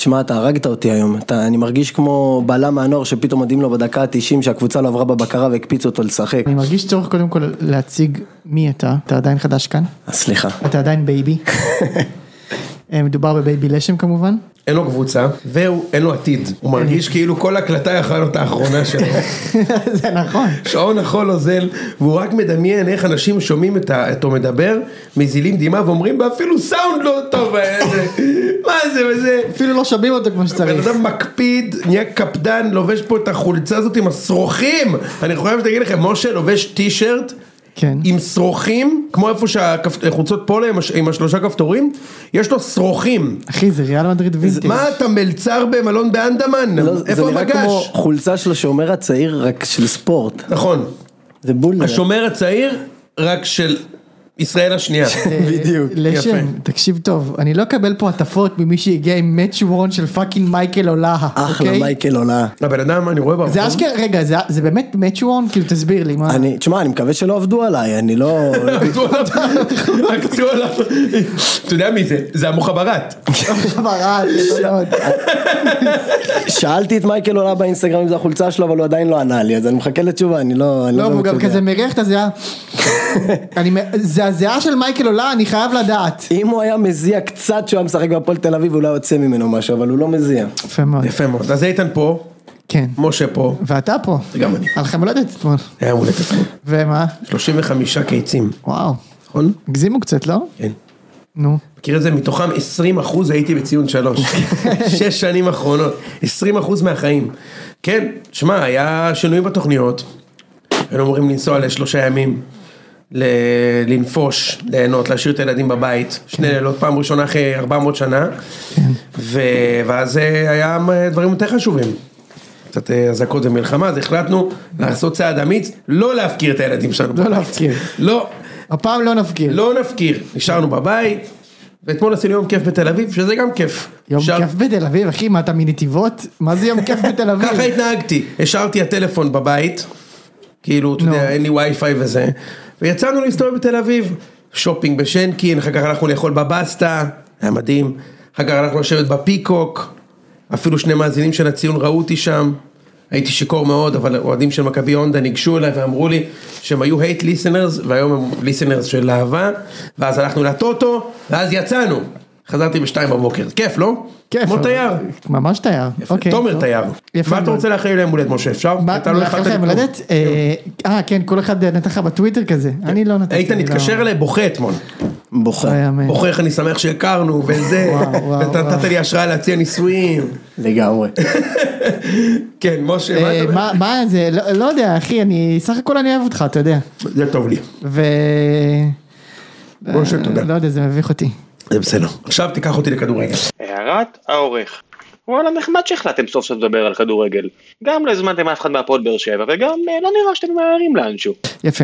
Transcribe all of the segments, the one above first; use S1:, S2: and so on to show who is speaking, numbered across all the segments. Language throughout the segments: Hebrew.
S1: תשמע, אתה הרגת אותי היום, אני מרגיש כמו בלם מהנוער שפתאום מדהים לו בדקה ה-90 שהקבוצה לא עברה בבקרה והקפיץ אותו לשחק.
S2: אני מרגיש צורך קודם כל להציג מי אתה עדיין חדש כאן?
S1: סליחה.
S2: אתה עדיין בייבי. מדובר בבייבי לשם כמובן.
S3: אין לו קבוצה, ואין לו עתיד. הוא מרגיש כאילו כל הקלטה יכולה להיות האחרונה שלו.
S2: זה נכון.
S3: שעון החול אוזל, והוא רק מדמיין איך אנשים שומעים אותו מדבר, מזילים דימה ואומרים, ואפילו סאונד לא טוב, מה זה וזה.
S2: אפילו לא שומעים אותו כמו שצריך.
S3: בן אדם מקפיד, נהיה קפדן, לובש פה את החולצה הזאת עם השרוכים. אני חושב שתגיד לכם, משה לובש טישרט,
S2: כן.
S3: עם שרוכים, כמו איפה שהחולצות פולו עם השלושה כפתורים, יש לו שרוכים.
S2: אחי, זה ריאל מדריד וינטג'.
S3: מה אתה מלצר במלון באנדמן? איפה המגש?
S1: זה נראה כמו חולצה של השומר הצעיר רק של ספורט.
S3: נכון.
S1: זה בול.
S3: השומר הצעיר רק של ישראל השנייה.
S1: בדיוק.
S2: לשם, תקשיב טוב, אני לא אקבל פה הטפות ממי שהגיע עם מאץ' וורן של פאקינג מייקל אולאה.
S1: אחלה מייקל אולאה.
S3: הבן אדם, אני רואה ברחוב.
S2: זה אשכרה, רגע, זה באמת מאץ' וורן? כאילו תסביר לי מה.
S1: תשמע, אני מקווה שלא עבדו עליי, אני לא...
S3: עקצו עליו. אתה יודע מי זה? זה המוחברת.
S2: המוחברת,
S1: שאלתי את מייקל אולאה באינסטגרם אם זה החולצה שלו, אבל הוא עדיין לא ענה לי, אז אני מחכה לתשובה, אני לא...
S2: לא, הוא גם כזה מריח את הזיעה. זה הזיעה של מייקל אולאה, אני חייב לדעת.
S1: אם הוא היה מזיע קצת שהוא היה משחק בהפועל תל אביב, הוא לא יוצא ממנו משהו, אבל הוא לא מזיע.
S2: יפה מאוד.
S3: יפה מאוד. אז איתן פה.
S2: כן.
S3: משה פה.
S2: ואתה פה.
S3: וגם אני.
S2: על לכם הולדת אתמול.
S3: היה הולדת אתמול.
S2: ומה?
S3: 35 קיצים.
S2: וואו.
S3: נכון?
S2: הגזימו קצת, לא?
S3: כן.
S2: נו.
S3: מכיר את זה? מתוכם 20% הייתי בציון 3. 6 שנים אחרונות. 20% מהחיים. כן, שמע, היה שינויים בתוכניות. היינו אמורים לנסוע ל3 ימים. לנפוש, ליהנות, להשאיר את הילדים בבית, 2 לילות, פעם ראשונה אחרי 400 שנה, ואז היה דברים יותר חשובים, קצת הזעקות ומלחמה, אז החלטנו לעשות צעד אמיץ, לא להפקיר את הילדים שלנו בבית.
S2: לא להפקיר.
S3: לא.
S2: הפעם לא נפקיר.
S3: לא נפקיר, נשארנו בבית, ואתמול עשינו יום כיף בתל אביב, שזה גם כיף.
S2: יום כיף בתל אביב, אחי, מה אתה מנתיבות? מה זה יום כיף בתל אביב?
S3: ככה התנהגתי, השארתי הטלפון בבית, כאילו, אתה יודע, אין לי וי-פיי וזה, ויצאנו להסתובב בתל אביב, שופינג בשנקין, אחר כך הלכנו לאכול בבסטה, היה מדהים, אחר כך הלכנו לשבת בפיקוק, אפילו 2 מאזינים של הציון ראו אותי שם, הייתי שיקור מאוד, אבל אוהדים של מכבי הונדה ניגשו אליי ואמרו לי שהם היו hate listeners, והיום הם listeners של אהבה, ואז הלכנו לטוטו, ואז יצאנו, חזרתי ב2 בבוקר, כיף, לא?
S2: כיף.
S3: כמו תייר.
S2: ממש תייר.
S3: תומר תייר. מה אתה רוצה לאחל להם הולדת, משה? אפשר?
S2: לאחל להם הולדת? כן, כל אחד נתן לך בטוויטר כזה. אני לא נתתי.
S3: היית נתקשר אליי בוכה אתמול.
S1: בוכה.
S3: בוכה איך אני שמח שהכרנו וזה. ואתה נתת לי השראה להציע נישואים.
S1: לגמרי.
S3: כן, משה, מה אתה...
S2: מה זה? לא יודע, אחי, סך הכל אני אוהב אותך, אתה יודע.
S3: זה טוב לי. משה, תודה.
S2: לא יודע, זה מביך אותי.
S3: זה בסדר. עכשיו תיקח אותי לכדורגל.
S4: הערת העורך. וואלה, נחמד שהחלטתם סוף סוף לדבר על כדורגל. גם לא הזמנתם אף אחד מהפועל באר שבע, וגם לא נראה שאתם ממהרים לאנשהו.
S2: יפה.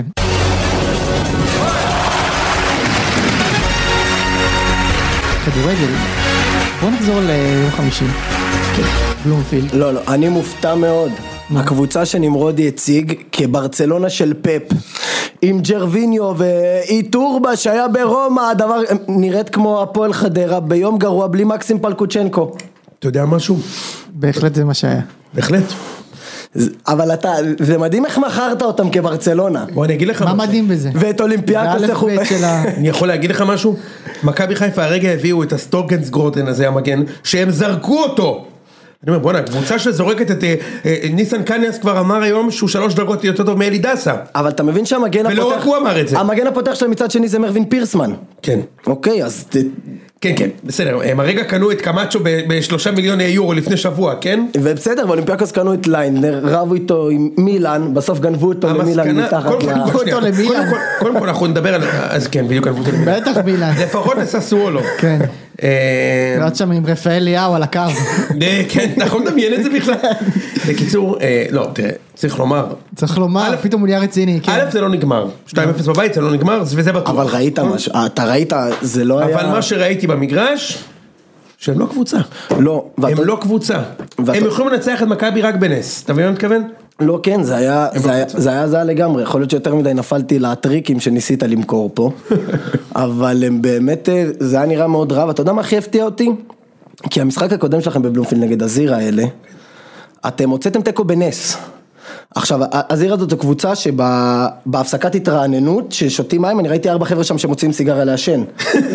S2: כדורגל. בוא נחזור ליום חמישי. בלומפילד.
S1: לא, אני מופתע מאוד. הקבוצה שנמרודי הציג כברצלונה של פפ, עם ג'רוויניו ואיטורבה שהיה ברומא, הדבר נראית כמו הפועל חדרה ביום גרוע בלי מקסים פלקוצ'נקו.
S3: אתה יודע משהו?
S2: בהחלט זה מה שהיה.
S3: בהחלט.
S1: אבל זה מדהים איך מכרת אותם כברצלונה.
S3: בוא אני אגיד לך
S2: מה מדהים בזה?
S1: ואת אולימפיאקוס איך הוא...
S3: אני יכול להגיד לך משהו? מכבי חיפה הרגע הביאו את הסטוקנסגרוטן הזה המגן, שהם זרקו אותו. אני אומר, בוא'נה, קבוצה שזורקת את ניסן קניאס כבר אמר היום שהוא 3 דרגות יותר טוב מאלי דסה.
S1: אבל אתה מבין שהמגן הפותח...
S3: ולא רק הוא אמר את זה.
S1: המגן הפותח של מצד שני זה מרווין פירסמן.
S3: כן.
S1: אוקיי, אז...
S3: כן, בסדר. הם הרגע קנו את קמצ'ו ב3 מיליון יורו לפני שבוע, כן?
S1: ובסדר, ואולימפיאקוס קנו את ליינר, רבו איתו עם מילאן, בסוף גנבו אותו למילאן מתחת
S3: קודם כל אנחנו נדבר על... אז כן, בדיוק גנבו אותו למילאן.
S2: בטח מילאן.
S3: לפחות לססוולו.
S2: כן. ועוד שם עם רפאל ליאו על הקו.
S3: כן, אנחנו מדמיין את זה בכלל. בקיצור, לא, תראה, צריך לומר,
S2: פתאום הוא נהיה רציני.
S3: א' זה לא נגמר, 2-0 בבית זה לא נגמר, וזה בטוח.
S1: אבל ראית משהו, אתה ראית, זה לא היה...
S3: אבל מה שראיתי במגרש, שהם לא קבוצה.
S1: לא.
S3: הם לא קבוצה. הם יכולים לנצח את מכבי רק בנס, אתה מבין מה אני מתכוון?
S1: לא, כן, זה היה לגמרי, יכול להיות שיותר מדי נפלתי לטריקים שניסית למכור פה, אבל הם באמת, זה היה נראה מאוד רב, אתה יודע מה הכי הפתיע אותי? כי המשחק הקודם שלכם בבלומפילד נגד הזירה האלה, אתם הוצאתם תיקו בנס. עכשיו, הזירה זאת קבוצה שבהפסקת התרעננות, ששותים מים, אני ראיתי 4 חבר'ה שם שמוצאים סיגריה לעשן.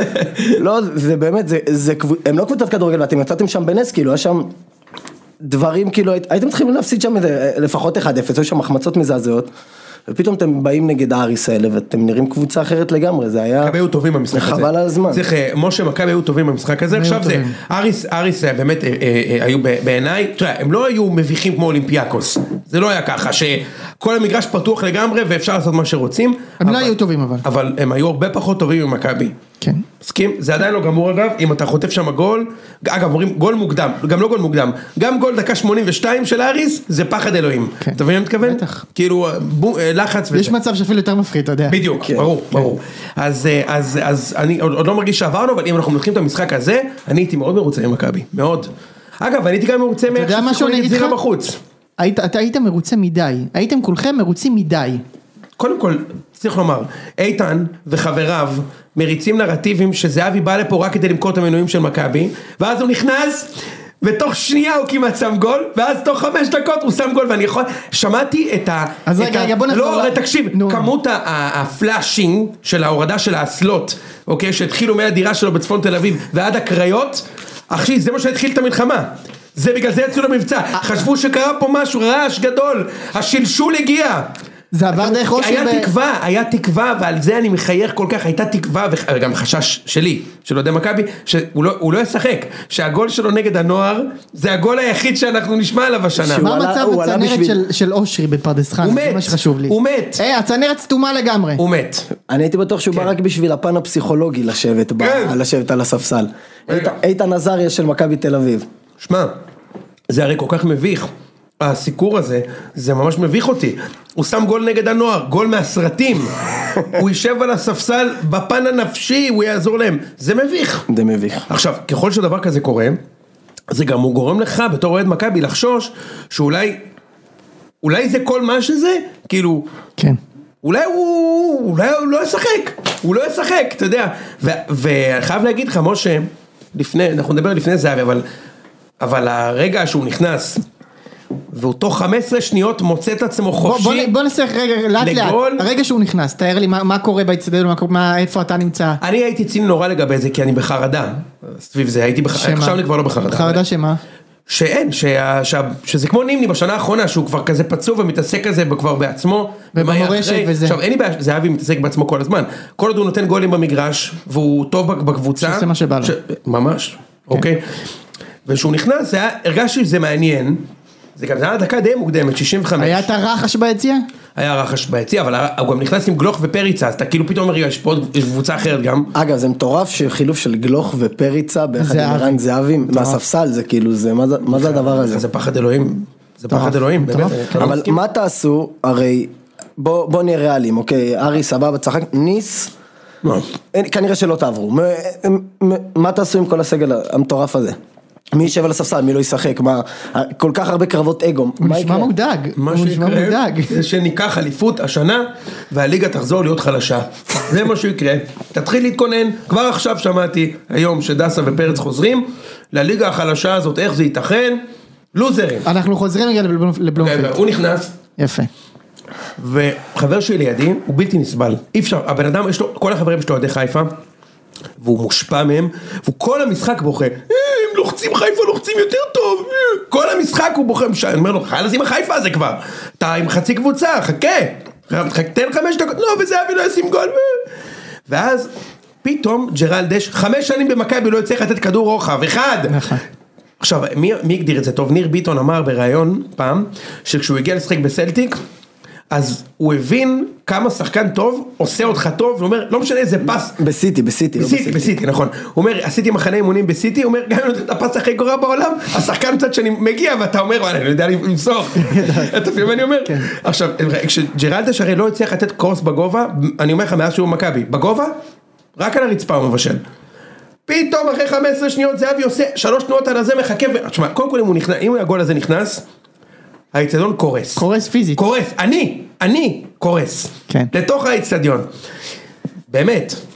S1: לא, זה באמת, הם לא קבוצת כדורגל, ואתם יצאתם שם בנס, כאילו, היה שם דברים, כאילו, הייתם צריכים להפסיד שם לפחות 1-0, היו שם מחמצות מזעזעות, ופתאום אתם באים נגד האריס האלה, ואתם נראים קבוצה אחרת לגמרי, זה היה...
S3: מכבי היו טובים במשחק הזה.
S1: חבל על הזמן.
S3: צריך, משה, מכבי היו טובים במשחק הזה, עכשיו זה, אריס באמת היו בעיניי, תראה, הם לא היו מביכים כמו אולימפיאקוס, זה לא היה ככה, שכל המגרש פתוח לגמרי, ואפשר לעשות מה שרוצים.
S2: הם לא היו טובים אבל
S3: הם היו הרבה פחות טובים ממכבי.
S2: כן.
S3: מסכים? זה עדיין לא גמור אגב, אם אתה חוטף שם גול, אגב אומרים גול מוקדם, גם לא גול מוקדם, גם גול דקה 82 של אריס, זה פחד אלוהים. אתה מבין מה מתכוון?
S2: בטח.
S3: כאילו, לחץ וזה.
S2: יש מצב שאפילו יותר מפחיד, אתה יודע.
S3: בדיוק, ברור. אז אני עוד לא מרגיש שעברנו, אבל אם אנחנו מנתחים את המשחק הזה, אני הייתי מאוד מרוצה עם מכבי, מאוד. אגב, אני הייתי גם מרוצה
S2: אתה יודע משהו אני אגיד לך?
S3: בחוץ.
S2: אתה היית מרוצה מדי, הייתם כולכם מרוצים מדי.
S3: קודם כל, צריך לומר, איתן וחבריו מריצים נרטיבים שזהבי בא לפה רק כדי למכור את המנויים של מכבי, ואז הוא נכנס, ותוך שנייה הוא כמעט שם גול, ואז תוך 5 דקות הוא שם גול, ואני יכול, שמעתי את ה...
S2: אז רגע, בוא נחזור...
S3: לא, תקשיב, כמות הפלאשינג של ההורדה של האסלות, אוקיי, שהתחילו מהדירה שלו בצפון תל אביב, ועד הקריות, אחי, זה מה שהתחיל את המלחמה. זה בגלל זה יצאו למבצע, חשבו שקרה פה משהו, רעש גדול, השלשול הגיע.
S2: זה עבר דרך ראש
S3: היה תקווה, ועל זה אני מחייך כל כך, הייתה תקווה, וגם חשש שלי, של אוהדי מכבי, שהוא לא ישחק, שהגול שלו נגד הנוער, זה הגול היחיד שאנחנו נשמע עליו השנה.
S2: מה המצב הצנרת של אושרי בפרדס חנה? זה מה שחשוב לי.
S3: הוא מת.
S2: הצנרת סתומה לגמרי.
S3: הוא מת.
S1: אני הייתי בטוח שהוא בא רק בשביל הפן הפסיכולוגי לשבת על הספסל. איתן עזריה של מכבי תל אביב.
S3: שמע, זה הרי כל כך מביך. הסיקור הזה, זה ממש מביך אותי. הוא שם גול נגד הנוער, גול מהסרטים. הוא יישב על הספסל בפן הנפשי, הוא יעזור להם. זה מביך.
S1: זה מביך.
S3: עכשיו, ככל שדבר כזה קורה, זה גם הוא גורם לך בתור אוהד מכבי לחשוש שאולי זה כל מה שזה, כאילו,
S2: כן.
S3: אולי הוא לא ישחק, אתה יודע. וחייב להגיד לך, משה, אנחנו נדבר לפני זהבי, אבל הרגע שהוא נכנס, והוא תוך 15 שניות מוצא את עצמו חופשי.
S2: בוא נצטרך רגע, לאט לאט, הרגע שהוא נכנס, תאר לי מה קורה באצטדיון, איפה אתה נמצא?
S3: אני הייתי ציני נורא לגבי זה, כי אני בחרדה, סביב זה, עכשיו אני כבר לא בחרדה.
S2: חרדה שמה?
S3: שאין, שזה כמו נימני בשנה האחרונה, שהוא כבר כזה פצוע ומתעסק כזה כבר בעצמו.
S2: ובמורשת וזה.
S3: עכשיו אין לי בעיה, זהבי מתעסק בעצמו כל הזמן. כל עוד הוא נותן גולים במגרש, והוא טוב בקבוצה.
S2: שעושה מה שבא לו.
S3: ממש, אוקיי. ושהוא נכנס, הרגשתי שזה מעניין. זה גם היה דקה די מוקדמת, 65.
S2: היה את הרחש ביציאה?
S3: היה רחש ביציאה, אבל הוא גם נכנס עם גלוך ופריצה, אז אתה כאילו פתאום מרגיש, יש פה עוד קבוצה אחרת גם.
S1: אגב, זה מטורף שחילוף של גלוך ופריצה ביחד עם ערן זהבי, מהספסל, זה כאילו, מה זה הדבר הזה?
S3: זה פחד אלוהים, זה פחד אלוהים, באמת.
S1: אבל מה תעשו, הרי, בוא נהיה ריאליים, אוקיי, ארי סבבה, צחק, ניס, כנראה שלא תעברו, מה תעשו עם כל הסגל המטורף הזה? מי יישב על הספסל, מי לא ישחק, כל כך הרבה קרבות אגו.
S2: הוא נשמע מודאג.
S3: מה שיקרה זה שניקח אליפות השנה, והליגה תחזור להיות חלשה. זה מה שיקרה. תתחיל להתכונן, כבר עכשיו שמעתי, היום שדסה ופרץ חוזרים, לליגה החלשה הזאת, איך זה ייתכן? לוזרים.
S2: אנחנו חוזרים רגע לבלומפילד.
S3: הוא נכנס.
S2: יפה.
S3: וחבר שלי לידי, הוא בלתי נסבל. אי אפשר, הבן אדם, יש לו, כל החברים שלו עדי חיפה, והוא מושפע מהם, והוא כל המשחק בוכה, הם לוחצים חיפה, לוחצים יותר טוב, כל המשחק הוא בוכה, אני אומר לו, חייל לשים החיפה הזה כבר, אתה עם חצי קבוצה, חכה, תן 5 דקות, לא, וזהבי לא ישים גול, ואז פתאום ג'רלדש, 5 שנים במכבי לא יצטרך לתת כדור רוחב, אחד, עכשיו, מי הגדיר את זה טוב? ניר ביטון אמר בראיון פעם, שכשהוא הגיע לשחק בסלטיק, אז הוא הבין כמה שחקן טוב, עושה אותך טוב, הוא אומר, לא משנה איזה פס. בסיטי, נכון. הוא אומר, עשיתי מחנה אימונים בסיטי, הוא אומר, גם אם נותן את הפס הכי גרוע בעולם, השחקן קצת שאני מגיע, ואתה אומר, אני לא יודע למסור. אתה מבין מה אני אומר? עכשיו, כשג'רלדש הרי לא הצליח לתת קורס בגובה, אני אומר לך, מאז שהוא מכבי, בגובה, רק על הרצפה הוא מבשל. פתאום אחרי 15 שניות זהבי עושה 3 תנועות על הזה, מחכה, תשמע, קודם כל אם הגול הזה נכנס, האצטדיון קורס.
S2: קורס פיזית.
S3: קורס, אני קורס.
S2: כן.
S3: לתוך האצטדיון. באמת.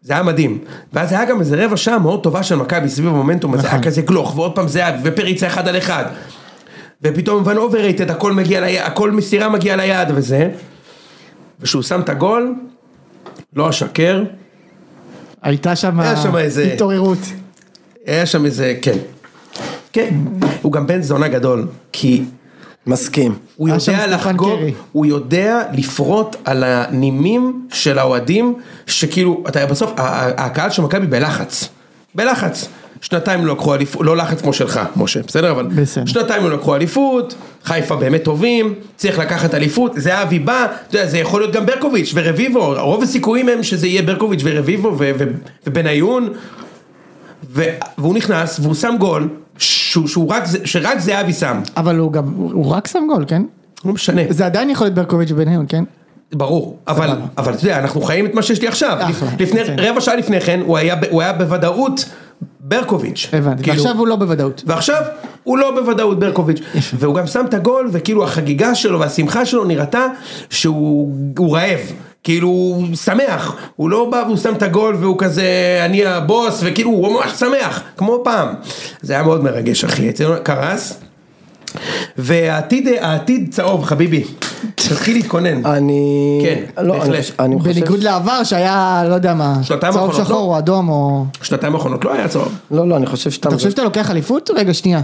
S3: זה היה מדהים, ואז היה גם איזה רבע שעה מאוד טובה של מכבי סביב המומנטום, זה היה כזה גלוך, ועוד פעם זה היה, ופריצה 1 על 1, ופתאום ון אוברייטד, הכל מגיע ליד, הכל מסירה מגיע ליד וזה, ושהוא שם את הגול, לא אשקר,
S2: הייתה שם התעוררות.
S3: היה שם איזה, כן, כן, הוא גם בן זונה גדול, כי
S1: מסכים.
S3: הוא יודע לחגוג, הוא יודע לפרוט על הנימים של האוהדים, שכאילו, אתה בסוף, הקהל של מכבי בלחץ, שנתיים לא לקחו אליפות, לא לחץ כמו שלך, משה, בסדר? אבל שנתיים לא לקחו אליפות, חיפה באמת טובים, צריך לקחת אליפות, זה אבי בא, אתה יודע, זה יכול להיות גם ברקוביץ' ורביבו, רוב הסיכויים הם שזה יהיה ברקוביץ' ורביבו ובניון, והוא נכנס, והוא שם גול, שרק זה אבי שם.
S2: אבל הוא רק שם גול, כן?
S3: לא משנה.
S2: זה עדיין יכול להיות ברקוביץ' ובניון, כן?
S3: ברור, אבל אתה יודע, אנחנו חיים את מה שיש לי עכשיו. רבע שעה לפני כן, הוא היה בוודאות ברקוביץ'.
S2: הבנתי, ועכשיו הוא לא בוודאות.
S3: ועכשיו הוא לא בוודאות ברקוביץ'. והוא גם שם את הגול, וכאילו החגיגה שלו והשמחה שלו נראתה שהוא רעב. כאילו הוא שמח, הוא לא בא והוא שם את הגול והוא כזה אני הבוס וכאילו הוא ממש שמח, כמו פעם. זה היה מאוד מרגש אחי, אצלנו קרס. והעתיד צהוב חביבי, תתחיל להתכונן.
S2: בניגוד לעבר שהיה לא יודע מה, צהוב שחור או אדום או...
S3: שנתיים האחרונות לא היה צהוב.
S1: לא, אני חושב שאתה...
S2: אתה חושב שאתה לוקח אליפות? רגע שנייה.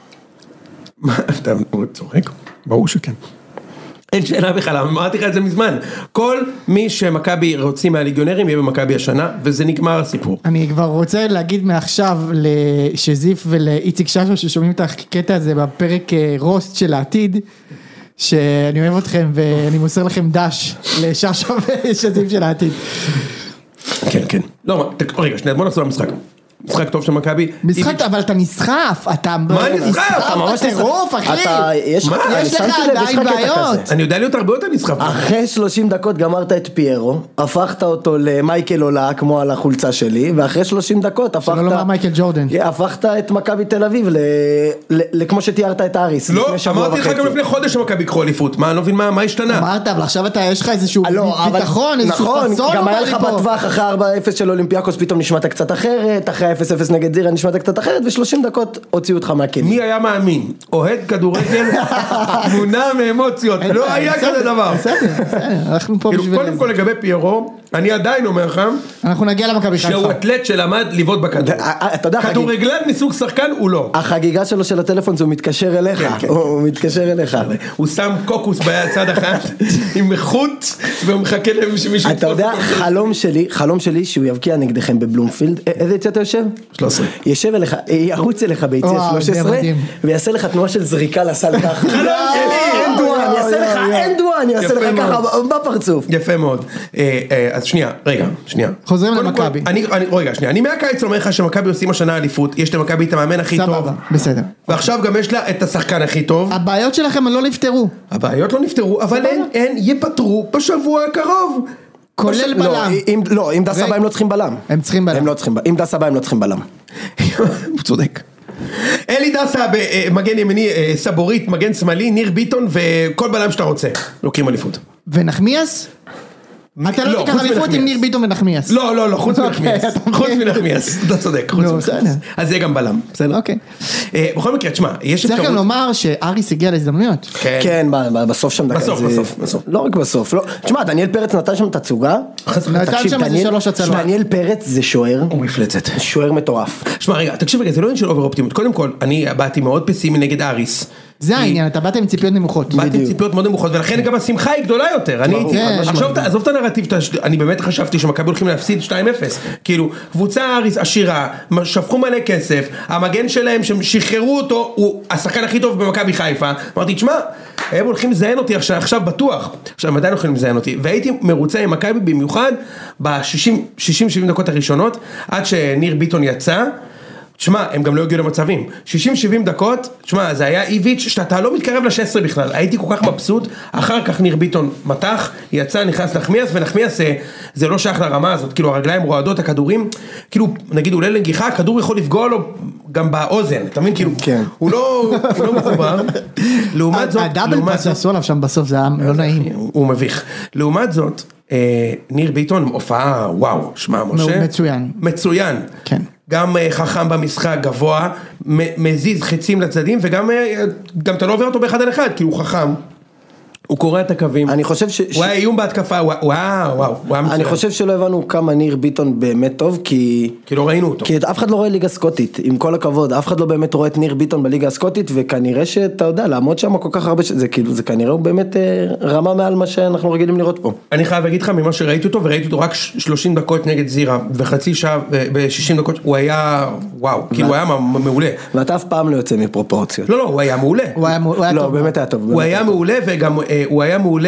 S3: מה, אתה צוחק? ברור שכן. אין שאלה בכלל, אמרתי לך את זה מזמן. כל מי שמכבי רוצים מהליגיונרים יהיה במכבי השנה, וזה נגמר הסיפור.
S2: אני כבר רוצה להגיד מעכשיו לשזיף ולאיציק ששו ששומעים את הקטע הזה בפרק רוסט של העתיד, שאני אוהב אתכם ואני מוסר לכם דש לששו ושזיף של העתיד.
S3: כן, כן. לא, רגע, שנייה, בוא נחזור למשחק. משחק טוב של מכבי.
S2: משחק, אבל אתה נסחף, אתה...
S3: מה נסחף?
S2: אתה ממש טירוף, אחי. יש לך עדיין בעיות.
S3: אני יודע להיות הרבה יותר נסחף.
S1: אחרי 30 דקות גמרת את פיירו, הפכת אותו למייקל עולה, כמו על החולצה שלי, ואחרי 30 דקות הפכת...
S2: שלא לומר מייקל ג'ורדן.
S1: הפכת את מכבי תל אביב, כמו שתיארת את אריס.
S3: לא, אמרתי לך גם לפני חודש שמכבי יקחו אליפות. מה, אני לא מבין מה השתנה?
S2: אמרת, אבל עכשיו יש לך איזשהו ביטחון, איזשהו פסון.
S1: גם היה לך בטווח אחרי 4-0 של אולימפיאקוס, פתאום נשמעת קצת אחרת, אחרי 0-0 נגד זירה נשמעת קצת אחרת, ו30 דקות הוציאו אותך מהכלים.
S3: מי היה מאמין? אוהד כדורגל מונע מאמוציות, לא היה כזה דבר.
S2: אנחנו פה בשביל...
S3: קודם כל לגבי פיירו, אני עדיין אומר לך,
S2: אנחנו נגיע למכבי חיפה.
S3: שהוא אתלט שלמד לבעוט בכדור. כדורגלן מסוג שחקן הוא לא.
S1: החגיגה שלו של הטלפון זה הוא מתקשר אליך, הוא מתקשר אליך.
S3: הוא שם קוקוס בצד אחד עם חוט, והוא מחכה למישהו.
S1: אתה יודע, חלום שלי שהוא יבקיע נגדכם בבלומפילד, איזה יצא אתה יושב?
S3: 13.
S1: יושב אליך, ירוץ אליך ביציע 13, ויעשה לך תנועה של זריקה לסל ככה.
S3: חלום שלי!
S1: אין דואה, אני אעשה לך ככה בפרצוף.
S3: יפה מאוד. אז שנייה.
S2: חוזרים למכבי.
S3: רגע, שנייה. אני מהקיץ אומר לך שמכבי עושים השנה אליפות, יש למכבי את המאמן הכי טוב.
S2: סבבה, בסדר.
S3: ועכשיו גם יש לה את השחקן הכי טוב.
S2: הבעיות שלכם לא נפתרו.
S3: הבעיות לא נפתרו, אבל הן יפתרו בשבוע הקרוב.
S2: כולל בלם.
S1: לא, אם דס הבא הם לא צריכים בלם.
S2: הם צריכים בלם.
S1: אם דס הבא הם לא צריכים בלם.
S3: הוא צודק. אלי דסה במגן ימיני, סבורית, מגן שמאלי, ניר ביטון וכל בלם שאתה רוצה. לוקחים אליפות.
S2: ונחמיאס? אתה לא תיקח אליפות עם ניר ביטון ונחמיאס.
S3: לא, חוץ מנחמיאס. אתה צודק, חוץ מנחמיאס. אז זה גם בלם, בסדר?
S2: אוקיי.
S3: בכל מקרה, תשמע, יש
S2: צריך גם לומר שאריס הגיע להזדמנויות.
S1: כן, בסוף שם דקה.
S3: בסוף.
S1: לא רק בסוף. תשמע, דניאל פרץ נתן שם תצוגה.
S2: נתן שם איזה 3 הצלות.
S1: דניאל פרץ זה שוער.
S3: הוא מפלצת.
S1: שוער מטורף.
S3: תשמע, רגע, תקשיב רגע, זה לא עניין של אובר אופטימיות. קודם כל, אני באתי מאוד פסימי נגד אריס.
S2: זה העניין, אתה באת עם ציפיות נמוכות.
S3: באתי עם ציפיות מאוד נמוכות, ולכן גם השמחה היא גדולה יותר. עכשיו עזוב את הנרטיב, אני באמת חשבתי שמכבי הולכים להפסיד 2-0. כאילו, קבוצה עשירה, שפכו מלא כסף, המגן שלהם ששחררו אותו, הוא השחקן הכי טוב במכבי חיפה. אמרתי, תשמע, הם הולכים לזיין אותי עכשיו בטוח. עכשיו, הם עדיין הולכים לזיין אותי. והייתי מרוצה עם מכבי במיוחד ב-60-70 דקות הראשונות, עד שניר ביטון יצא. תשמע, הם גם לא הגיעו למצבים. 60-70 דקות, תשמע, זה היה איביץ' שאתה לא מתקרב ל-16 בכלל. הייתי כל כך מבסוט, אחר כך ניר ביטון מתח, יצא, נכנס נחמיאס, ונחמיאס זה לא שייך לרמה הזאת. כאילו, הרגליים רועדות, הכדורים, כאילו, נגיד, אולי לנגיחה, הכדור יכול לפגוע לו גם באוזן, אתה מבין? כאילו, הוא לא מחובר. לעומת זאת,
S2: הדאבל פאס שעשו עליו שם בסוף, זה היה לא נעים.
S3: הוא מביך. לעומת זאת, ניר ביטון, הופעה, וואו, שמע, משה. מצוין.
S2: כן.
S3: גם חכם במשחק, גבוה, מזיז חצים לצדדים, וגם אתה לא עובר אותו באחד על אחד, כי הוא חכם. הוא קורא את הקווים.
S1: אני חושב
S3: הוא היה איום בהתקפה, וואו, הוא היה מצוין.
S1: אני חושב שלא הבנו כמה ניר ביטון באמת טוב, כי
S3: לא ראינו אותו.
S1: כי אף אחד לא רואה ליגה סקוטית, עם כל הכבוד, אף אחד לא באמת רואה את ניר ביטון בליגה הסקוטית, וכנראה שאתה יודע, לעמוד שם כל כך הרבה, זה כנראה הוא באמת רמה מעל מה שאנחנו רגילים לראות פה.
S3: אני חייב להגיד לך, ממה שראיתי אותו, וראיתי אותו רק 30 דקות נגד זירה, וחצי שעה ב-60 דקות, הוא היה, וואו, כאילו הוא היה מעולה.
S1: ואתה אף פעם לא יוצא מפרופורציות.
S3: לא, הוא היה מעולה.
S1: לא, באמת היה טוב.
S3: הוא היה מעולה, וגם הוא היה מעולה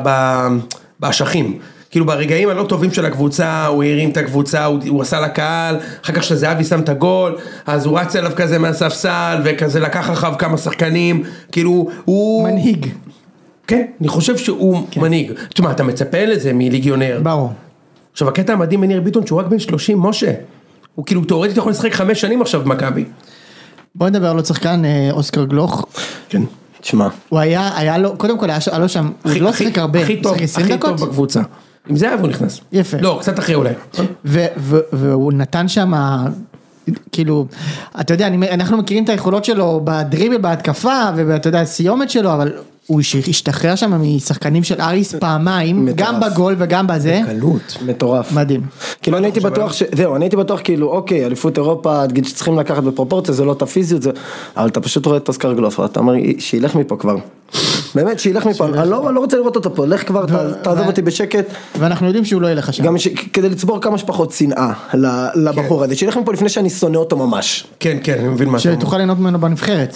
S3: באשכים. כאילו ברגעים הלא טובים של הקבוצה, הוא הרים את הקבוצה, הוא עשה לקהל, אחר כך שזהבי שם את הגול, אז הוא רץ אליו כזה מהספסל, וכזה לקח אחריו כמה שחקנים, כאילו הוא...
S2: מנהיג.
S3: כן, אני חושב שהוא מנהיג. תשמע, אתה מצפה לזה מליגיונר.
S2: ברור.
S3: עכשיו, הקטע המדהים בניר ביטון, שהוא רק בן 30, משה. הוא כאילו תיאורטית יכול לשחק 5 שנים עכשיו במכבי.
S2: בוא נדבר על עוד שחקן, אוסקר גלוך.
S3: כן.
S1: תשמע.
S2: הוא היה לו, קודם כל היה לו שם, הוא לא שחק הרבה,
S3: הכי טוב בקבוצה. עם זה הוא נכנס.
S2: יפה.
S3: לא, קצת אחרי אולי.
S2: והוא נתן שם, כאילו, אתה יודע, אנחנו מכירים את היכולות שלו בדריבל, בהתקפה, ואתה יודע, הסיומת שלו, אבל הוא השתחרר שם משחקנים של אריס פעמיים, גם בגול וגם בזה.
S1: בקלות. מטורף.
S2: מדהים.
S1: כאילו אני הייתי בטוח זהו, אני הייתי בטוח כאילו, אוקיי, אליפות אירופה, תגיד שצריכים לקחת בפרופורציה, זה לא את הפיזיות, אבל אתה פשוט רואה את אוסקר גלוך, אתה אומר, שילך מפה כבר. באמת, שילך מפה, אני לא רוצה לראות אותו פה, לך כבר, תעזוב אותי בשקט.
S2: ואנחנו יודעים שהוא לא ילך השם.
S1: גם כדי לצבור כמה שפחות שנאה לבחור הזה, שילך מפה לפני שאני שונא אותו ממש.
S3: כן, אני מבין מה.
S2: שתוכל ליהנות ממנו בנבחרת.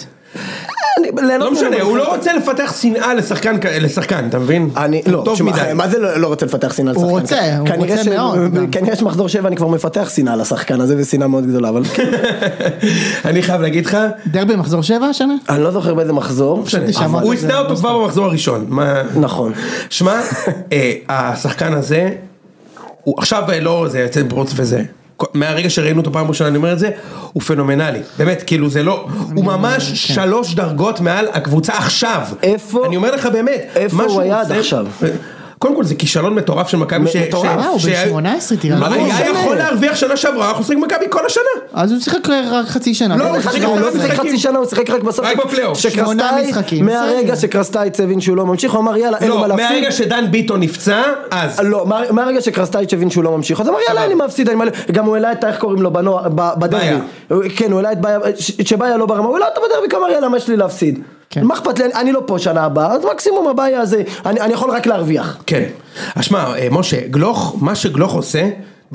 S3: לא משנה, הוא לא רוצה לפתח שנאה לשחקן, אתה מבין?
S1: לא, מה זה לא רוצה לפתח שנאה לשחקן?
S2: הוא רוצה מאוד.
S1: כנראה שמחזור 7 אני כבר מפתח שנאה לשחקן הזה, ושנאה מאוד גדולה, אבל...
S3: אני חייב להגיד לך...
S2: דרבי מחזור 7 השנה?
S1: אני לא זוכר באיזה מחזור.
S3: הוא יסנה אותו כבר במחזור הראשון.
S1: נכון.
S3: שמע, השחקן הזה, הוא עכשיו לא, זה יצא ברוץ וזה. מהרגע שראינו אותו פעם ראשונה, אני אומר את זה, הוא פנומנלי, באמת, כאילו זה לא, הוא ממש 3 דרגות מעל הקבוצה עכשיו.
S1: איפה?
S3: אני אומר לך באמת.
S1: איפה הוא היה עד עכשיו?
S3: קודם כל זה כישלון מטורף של מכבי
S2: הוא ב-18 תראה.
S3: היה יכול להרוויח שנה שעברה, אנחנו שחק מכבי כל השנה.
S2: אז הוא שיחק רק חצי שנה.
S1: לא, הוא שיחק חצי שנה, הוא שיחק רק בסוף.
S3: רק בפלייאוף.
S2: 8 משחקים.
S1: מהרגע שקרסטייץ' הבין שהוא לא ממשיך, הוא אמר יאללה, אין לו מה להפסיד.
S3: מהרגע שדן ביטון נפצע, אז.
S1: לא, מהרגע שקרסטייץ' הבין שהוא לא ממשיך, אז אמר יאללה, אני מפסיד, גם הוא העלה את איך קוראים לו בדרבי. כן, הוא העלה את שבאיה לא ברמה, הוא העלה אותו בדרבי, אמר יאללה, מה יש לי להפסיד? מה אכפת לי, אני לא פה שנה הבאה, אז מקסימום הבעיה הזה, אני יכול רק להרוויח.
S3: כן, אשמע, משה, גלוך, מה שגלוך עושה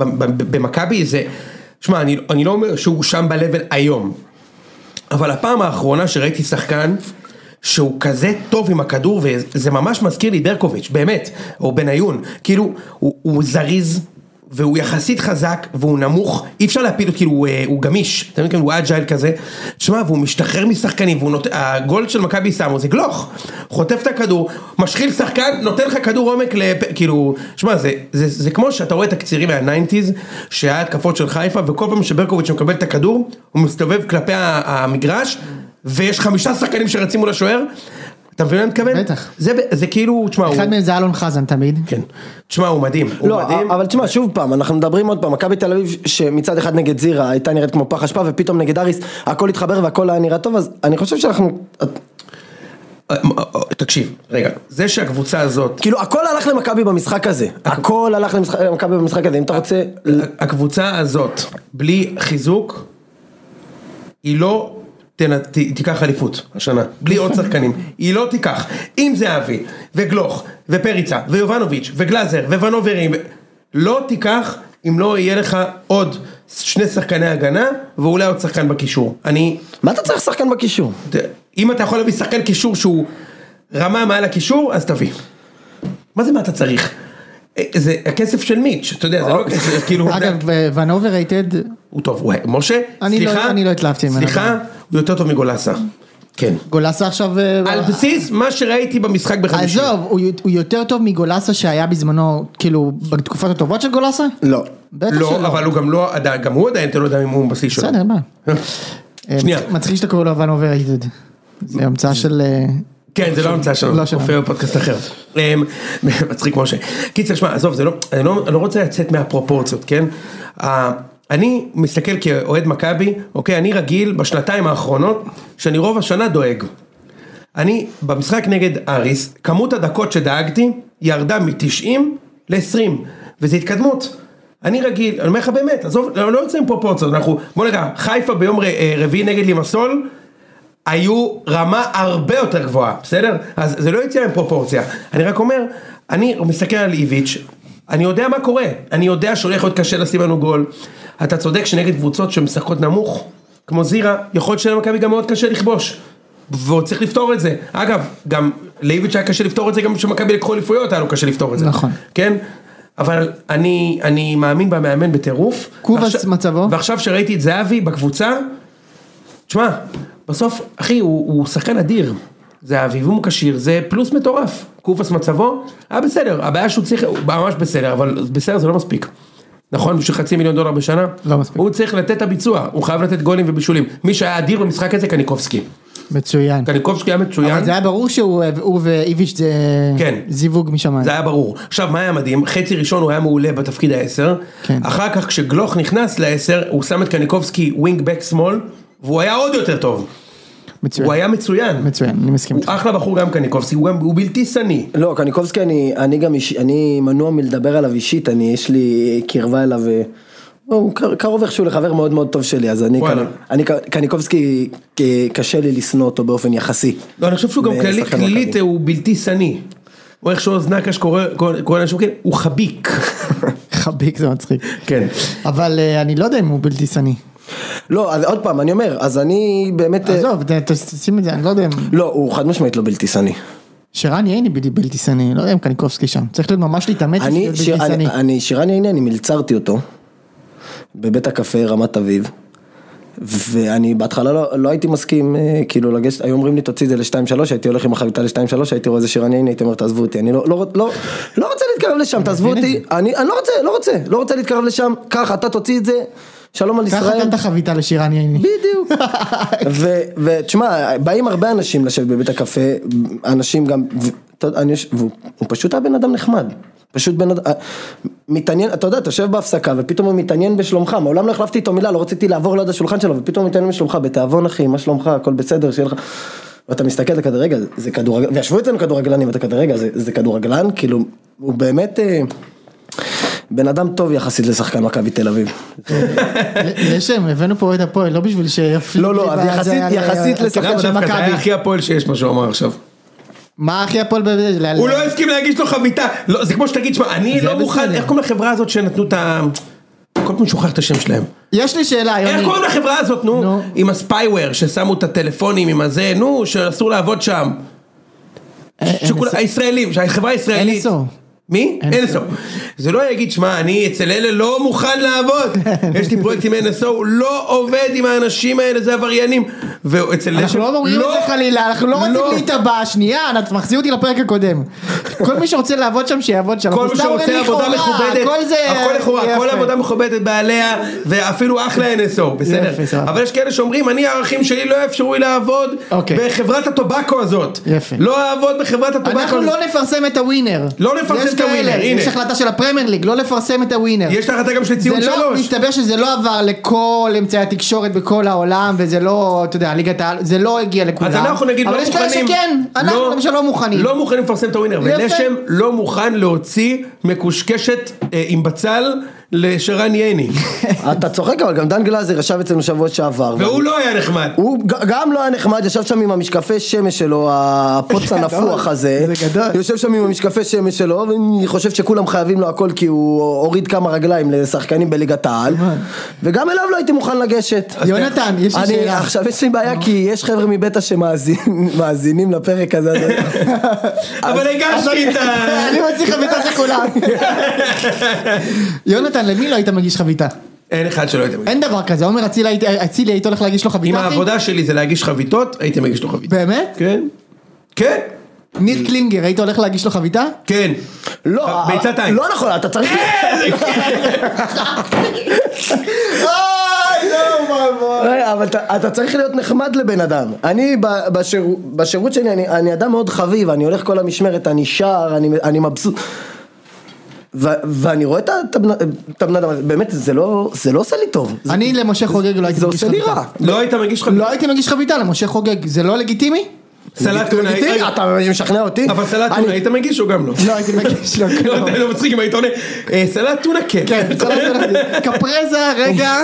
S3: במכבי זה, שמע, אני לא אומר שהוא שם בלבל היום, אבל הפעם האחרונה שראיתי שחקן שהוא כזה טוב עם הכדור, וזה ממש מזכיר לי ברקוביץ', באמת, או בניון, כאילו, הוא זריז, והוא יחסית חזק, והוא נמוך, אי אפשר להפיל אותו, כאילו הוא גמיש, אתה מבין, הוא אג'ייל כזה, תשמע, והוא משתחרר משחקנים, הגול של מכבי שמו, זה גלוך, חוטף את הכדור, משחיל שחקן, נותן לך כדור עומק, כאילו, תשמע, זה כמו שאתה רואה את הקצירים מה-90s, שהיה התקפות של חיפה, וכל פעם שברקוביץ' מקבל את הכדור, הוא מסתובב כלפי המגרש, ויש 5 שחקנים שרצים מול השוער, אתה מבין מה אני מתכוון?
S2: בטח.
S3: זה כאילו, תשמע,
S2: אחד מהם זה אלון חזן תמיד.
S3: כן. תשמע, הוא מדהים.
S1: לא, אבל תשמע, שוב פעם, אנחנו מדברים עוד פעם, מכבי תל אביב שמצד אחד נגד זירה הייתה נראית כמו פח אשפה, ופתאום נגד אריס הכל התחבר והכל היה נראה טוב, אז אני חושב שאנחנו...
S3: תקשיב, רגע, זה שהקבוצה הזאת...
S1: כאילו, הכל הלך למכבי במשחק הזה. הכל הלך למכבי במשחק הזה, אם אתה רוצה...
S3: הקבוצה הזאת, בלי חיזוק, היא לא... תיקח אליפות השנה, בלי עוד שחקנים, היא לא תיקח, אם זה אבי, וגלוך, ופריצה, ויובנוביץ', וגלאזר, וונוברים, לא תיקח אם לא יהיה לך עוד 2 שחקני הגנה, ואולי עוד שחקן בקישור.
S1: מה אתה צריך שחקן בקישור?
S3: אם אתה יכול להביא שחקן קישור שהוא רמה מעל הקישור, אז תביא. מה זה מה אתה צריך? זה הכסף של מיץ', אתה יודע, זה לא כסף, כאילו...
S2: אגב, ון אובררייטד...
S3: הוא טוב, משה, סליחה,
S2: אני לא התלהבתי ממנו.
S3: סליחה, הוא יותר טוב מגולסה. כן.
S2: גולסה עכשיו...
S3: על בסיס מה שראיתי במשחק בחמישי.
S2: עזוב, הוא יותר טוב מגולסה שהיה בזמנו, כאילו, בתקופת הטובות של גולסה?
S1: לא.
S3: לא, אבל הוא גם לא, גם הוא עדיין, אתה לא יודע אם הוא בסיס שלו.
S2: בסדר, מה?
S3: שנייה.
S2: מצחיק שאתה קורא לו ון אובררייטד. זה המצאה של...
S3: כן, זה לא המצאה שלנו, הופיע בפודקאסט אחר. מצחיק משה. קיצר, שמע, עזוב, אני לא רוצה לצאת מהפרופורציות, כן? אני מסתכל כאוהד מכבי, אוקיי, אני רגיל בשנתיים האחרונות, שאני רוב השנה דואג. אני, במשחק נגד אריס, כמות הדקות שדאגתי, ירדה מ-90 ל-20, וזו התקדמות. אני רגיל, אני אומר לך באמת, עזוב, לא יוצאים פרופורציות, בוא נראה, חיפה ביום רביעי נגד לימסול, היו רמה הרבה יותר גבוהה, בסדר? אז זה לא יוצא עם פרופורציה. אני רק אומר, אני מסתכל על איביץ', אני יודע מה קורה, אני יודע שהולך להיות קשה לשים לנו גול, אתה צודק שנגד קבוצות שמשחקות נמוך, כמו זירה, יכול להיות שלמכבי גם מאוד קשה לכבוש, והוא צריך לפתור את זה. אגב, גם לאיביץ' היה קשה לפתור את זה, גם שמכבי לקחו אליפויות, היה לו קשה לפתור את זה.
S2: נכון.
S3: כן? אבל אני מאמין במאמן בטירוף.
S2: קובס מצבו.
S3: ועכשיו שראיתי את זהבי בקבוצה, תשמע, בסוף, אחי, הוא שחקן אדיר. זהבי, והוא קשיר, זה פלוס מטורף. קובס מצבו, בסדר, הבעיה שהוא צריך, הוא ממש בסדר, אבל בסדר זה לא מספיק. נכון, בשביל $500,000 בשנה?
S2: לא מספיק.
S3: הוא צריך לתת את הביצוע, הוא חייב לתת גולים ובישולים. מי שהיה אדיר במשחק הזה, קניקובסקי.
S2: מצוין.
S3: קניקובסקי היה מצוין.
S2: אבל זה היה ברור שהוא ואיביץ' זה זיווג משמיים.
S3: זה היה ברור. עכשיו, מה היה מדהים? חצי ראשון הוא היה מעולה בתפקיד 10. אחר כך, כשגלוך נכנס ל10, הוא שם את קניקובסקי ווינג בק שמאל, והוא היה עוד יותר טוב.
S2: מצוין.
S3: הוא היה מצוין.
S2: מצוין, אני מסכים.
S3: הוא אחלה בחור גם קניקובסקי, הוא בלתי סני.
S1: לא, קניקובסקי אני מנוע מלדבר עליו אישית, יש לי קרבה אליו, הוא קרוב איכשהו לחבר מאוד מאוד טוב שלי, אז קניקובסקי קשה לי לשנוא אותו באופן יחסי.
S3: לא, אני חושב שהוא גם כללית הוא בלתי סני. הוא איכשהו זנקש קורא אנשים כאלה, הוא חביק.
S2: חביק זה מצחיק.
S3: כן.
S2: אבל אני לא יודע אם הוא בלתי סני.
S1: לא, עוד פעם, אני אומר, אז אני באמת...
S2: עזוב, תשים את זה, אני לא יודע אם...
S1: לא, הוא חד משמעית לא בלתי סני.
S2: שירן ייני בלתי סני, לא יודע אם קניקובסקי שם. צריך להיות ממש להתאמץ להיות בלתי סני.
S1: שירן ייני, אני מלצרתי אותו, בבית הקפה רמת אביב, ואני בהתחלה לא הייתי מסכים, כאילו לגשת, היו אומרים לי תוציא את זה ל-2-3, הייתי הולך עם החביתה ל-2-3, הייתי רואה איזה שירן ייני, הייתי אומר תעזבו אותי, אני לא רוצה להתקרב לשם, תעזבו אותי, אני לא רוצה להתקרב לשם, ככה, אתה תוציא את זה, שלום על ישראל.
S2: ככה תן את החביתה לשירן ייני.
S1: בדיוק. ותשמע, באים הרבה אנשים לשבת בבית הקפה, אנשים גם, הוא פשוט הבן אדם נחמד. פשוט בן אדם, מתעניין, אתה יודע, אתה יושב בהפסקה, ופתאום הוא מתעניין בשלומך, מעולם לא החלפתי איתו מילה, לא רציתי לעבור ליד השולחן שלו, ופתאום הוא מתעניין בשלומך, בתיאבון אחי, מה שלומך, הכל בסדר, שיהיה לך, ואתה מסתכל לכדור, רגע, זה כדורגלן, וישבו אצלנו כדורגלנים, ואתה כדור, רגע, זה כדורגלן, כאילו, הוא באמת בן אדם טוב יחסית לשחקן מכבי תל אביב.
S2: לשם, הבאנו פה את הפועל, לא בשביל שיפליג לי,
S1: לא, יחסית לשחקן של מכבי.
S3: זה היה הכי הפועל שיש מה שהוא אמר עכשיו.
S2: מה הכי הפועל?
S3: הוא לא הסכים להגיש לו חביתה, זה כמו שתגיד, שמע, אני לא מוכן, איך קוראים לחברה הזאת שנתנו את ה... כל פעם שוכח את השם שלהם.
S2: יש לי שאלה, יוני.
S3: איך קוראים לחברה הזאת, נו? עם הספייוור, ששמו את הטלפונים עם הזה, נו, שאסור לעבוד שם. הישראלים, החברה הישראלית.
S2: NSO.
S3: מי? NSO. זה לא יגיד, שמע, אני אצל אלה לא מוכן לעבוד. יש לי פרויקט עם NSO, הוא לא עובד עם האנשים האלה, זה עבריינים.
S2: אנחנו לא מורידים את זה חלילה, אנחנו לא רוצים להתאבע, שנייה, מחזיר אותי לפרק הקודם. כל מי שרוצה לעבוד שם, שיעבוד שם.
S3: כל מי שרוצה עבודה מכובדת, כל עבודה מכובדת בעליה, ואפילו אחלה NSO, בסדר? אבל יש כאלה שאומרים, אני הערכים שלי לא אפשרו לי לעבוד בחברת הטובקו הזאת. לא לעבוד בחברת הטובקו.
S2: אנחנו לא נפרסם את הווינר.
S3: לא נפרסם את הווינר, הנה.
S2: יש החלטה של הפרמייר ליג, לא לפרסם את הווינר.
S3: יש החלטה גם של ציון 3.
S2: מסתבר שזה לא עבר לכל אמצעי התקשורת בכל העולם, וזה לא, אתה יודע, זה לא הגיע לכולם.
S3: אז אנחנו נגיד לא מוכנים.
S2: אבל יש כאלה שכן, אנחנו למשל לא מוכנים.
S3: לא מוכנים לפרסם את הווינר, ולשם לא מוכן להוציא מקושקשת עם בצל, לשרן ייני.
S1: אתה צוחק, אבל גם דן גלאזר ישב אצלנו שבוע שעבר.
S3: והוא לא היה נחמד.
S1: הוא גם לא היה נחמד, ישב שם עם המשקפי שמש שלו, הפוץ הנפוח הזה.
S2: זה גדול.
S1: יושב שם עם המשקפי שמש שלו, ואני חושב שכולם חייבים לו הכל, כי הוא הוריד כמה רגליים לשחקנים בליגת העל. וגם אליו לא הייתי מוכן לגשת.
S2: יונתן, יש לי שאלה.
S1: עכשיו יש לי בעיה, כי יש חבר'ה מבטא שמאזינים לפרק הזה.
S3: אבל הגשתי את ה...
S2: אני מוציא חביתה לכולם. יונתן, למי לא היית מגיש חביתה?
S3: אין אחד שלא הייתי מגיש.
S2: אין דבר כזה, עומר אצילי היית הולך להגיש לו חביתה?
S3: אם העבודה שלי זה להגיש חביתות, הייתי מגיש לו חביתה.
S2: באמת?
S3: כן. כן.
S2: ניר קלינגר, היית הולך להגיש לו חביתה?
S3: כן.
S1: לא,
S3: ביצת עין.
S1: לא נכון, אתה צריך... אבל אתה צריך להיות נחמד לבן אדם. אני בשירות שלי, אני אדם מאוד חביב, אני הולך כל המשמרת, אני שר, אני מבסוט. ואני רואה את הבן אדם, באמת זה לא עושה לי טוב.
S2: אני למשה חוגג לא הייתי מגיש חביתה.
S3: לא היית מגיש חביתה?
S2: לא הייתי מגיש חביתה למשה חוגג, זה לא לגיטימי?
S3: סלט טונה,
S1: אתה משכנע אותי?
S3: אבל סלט טונה, היית מגיש או גם לא?
S2: לא הייתי מגיש,
S3: לא מצחיק אם היית עונה, סלט טונה כן.
S2: קפרזה, רגע.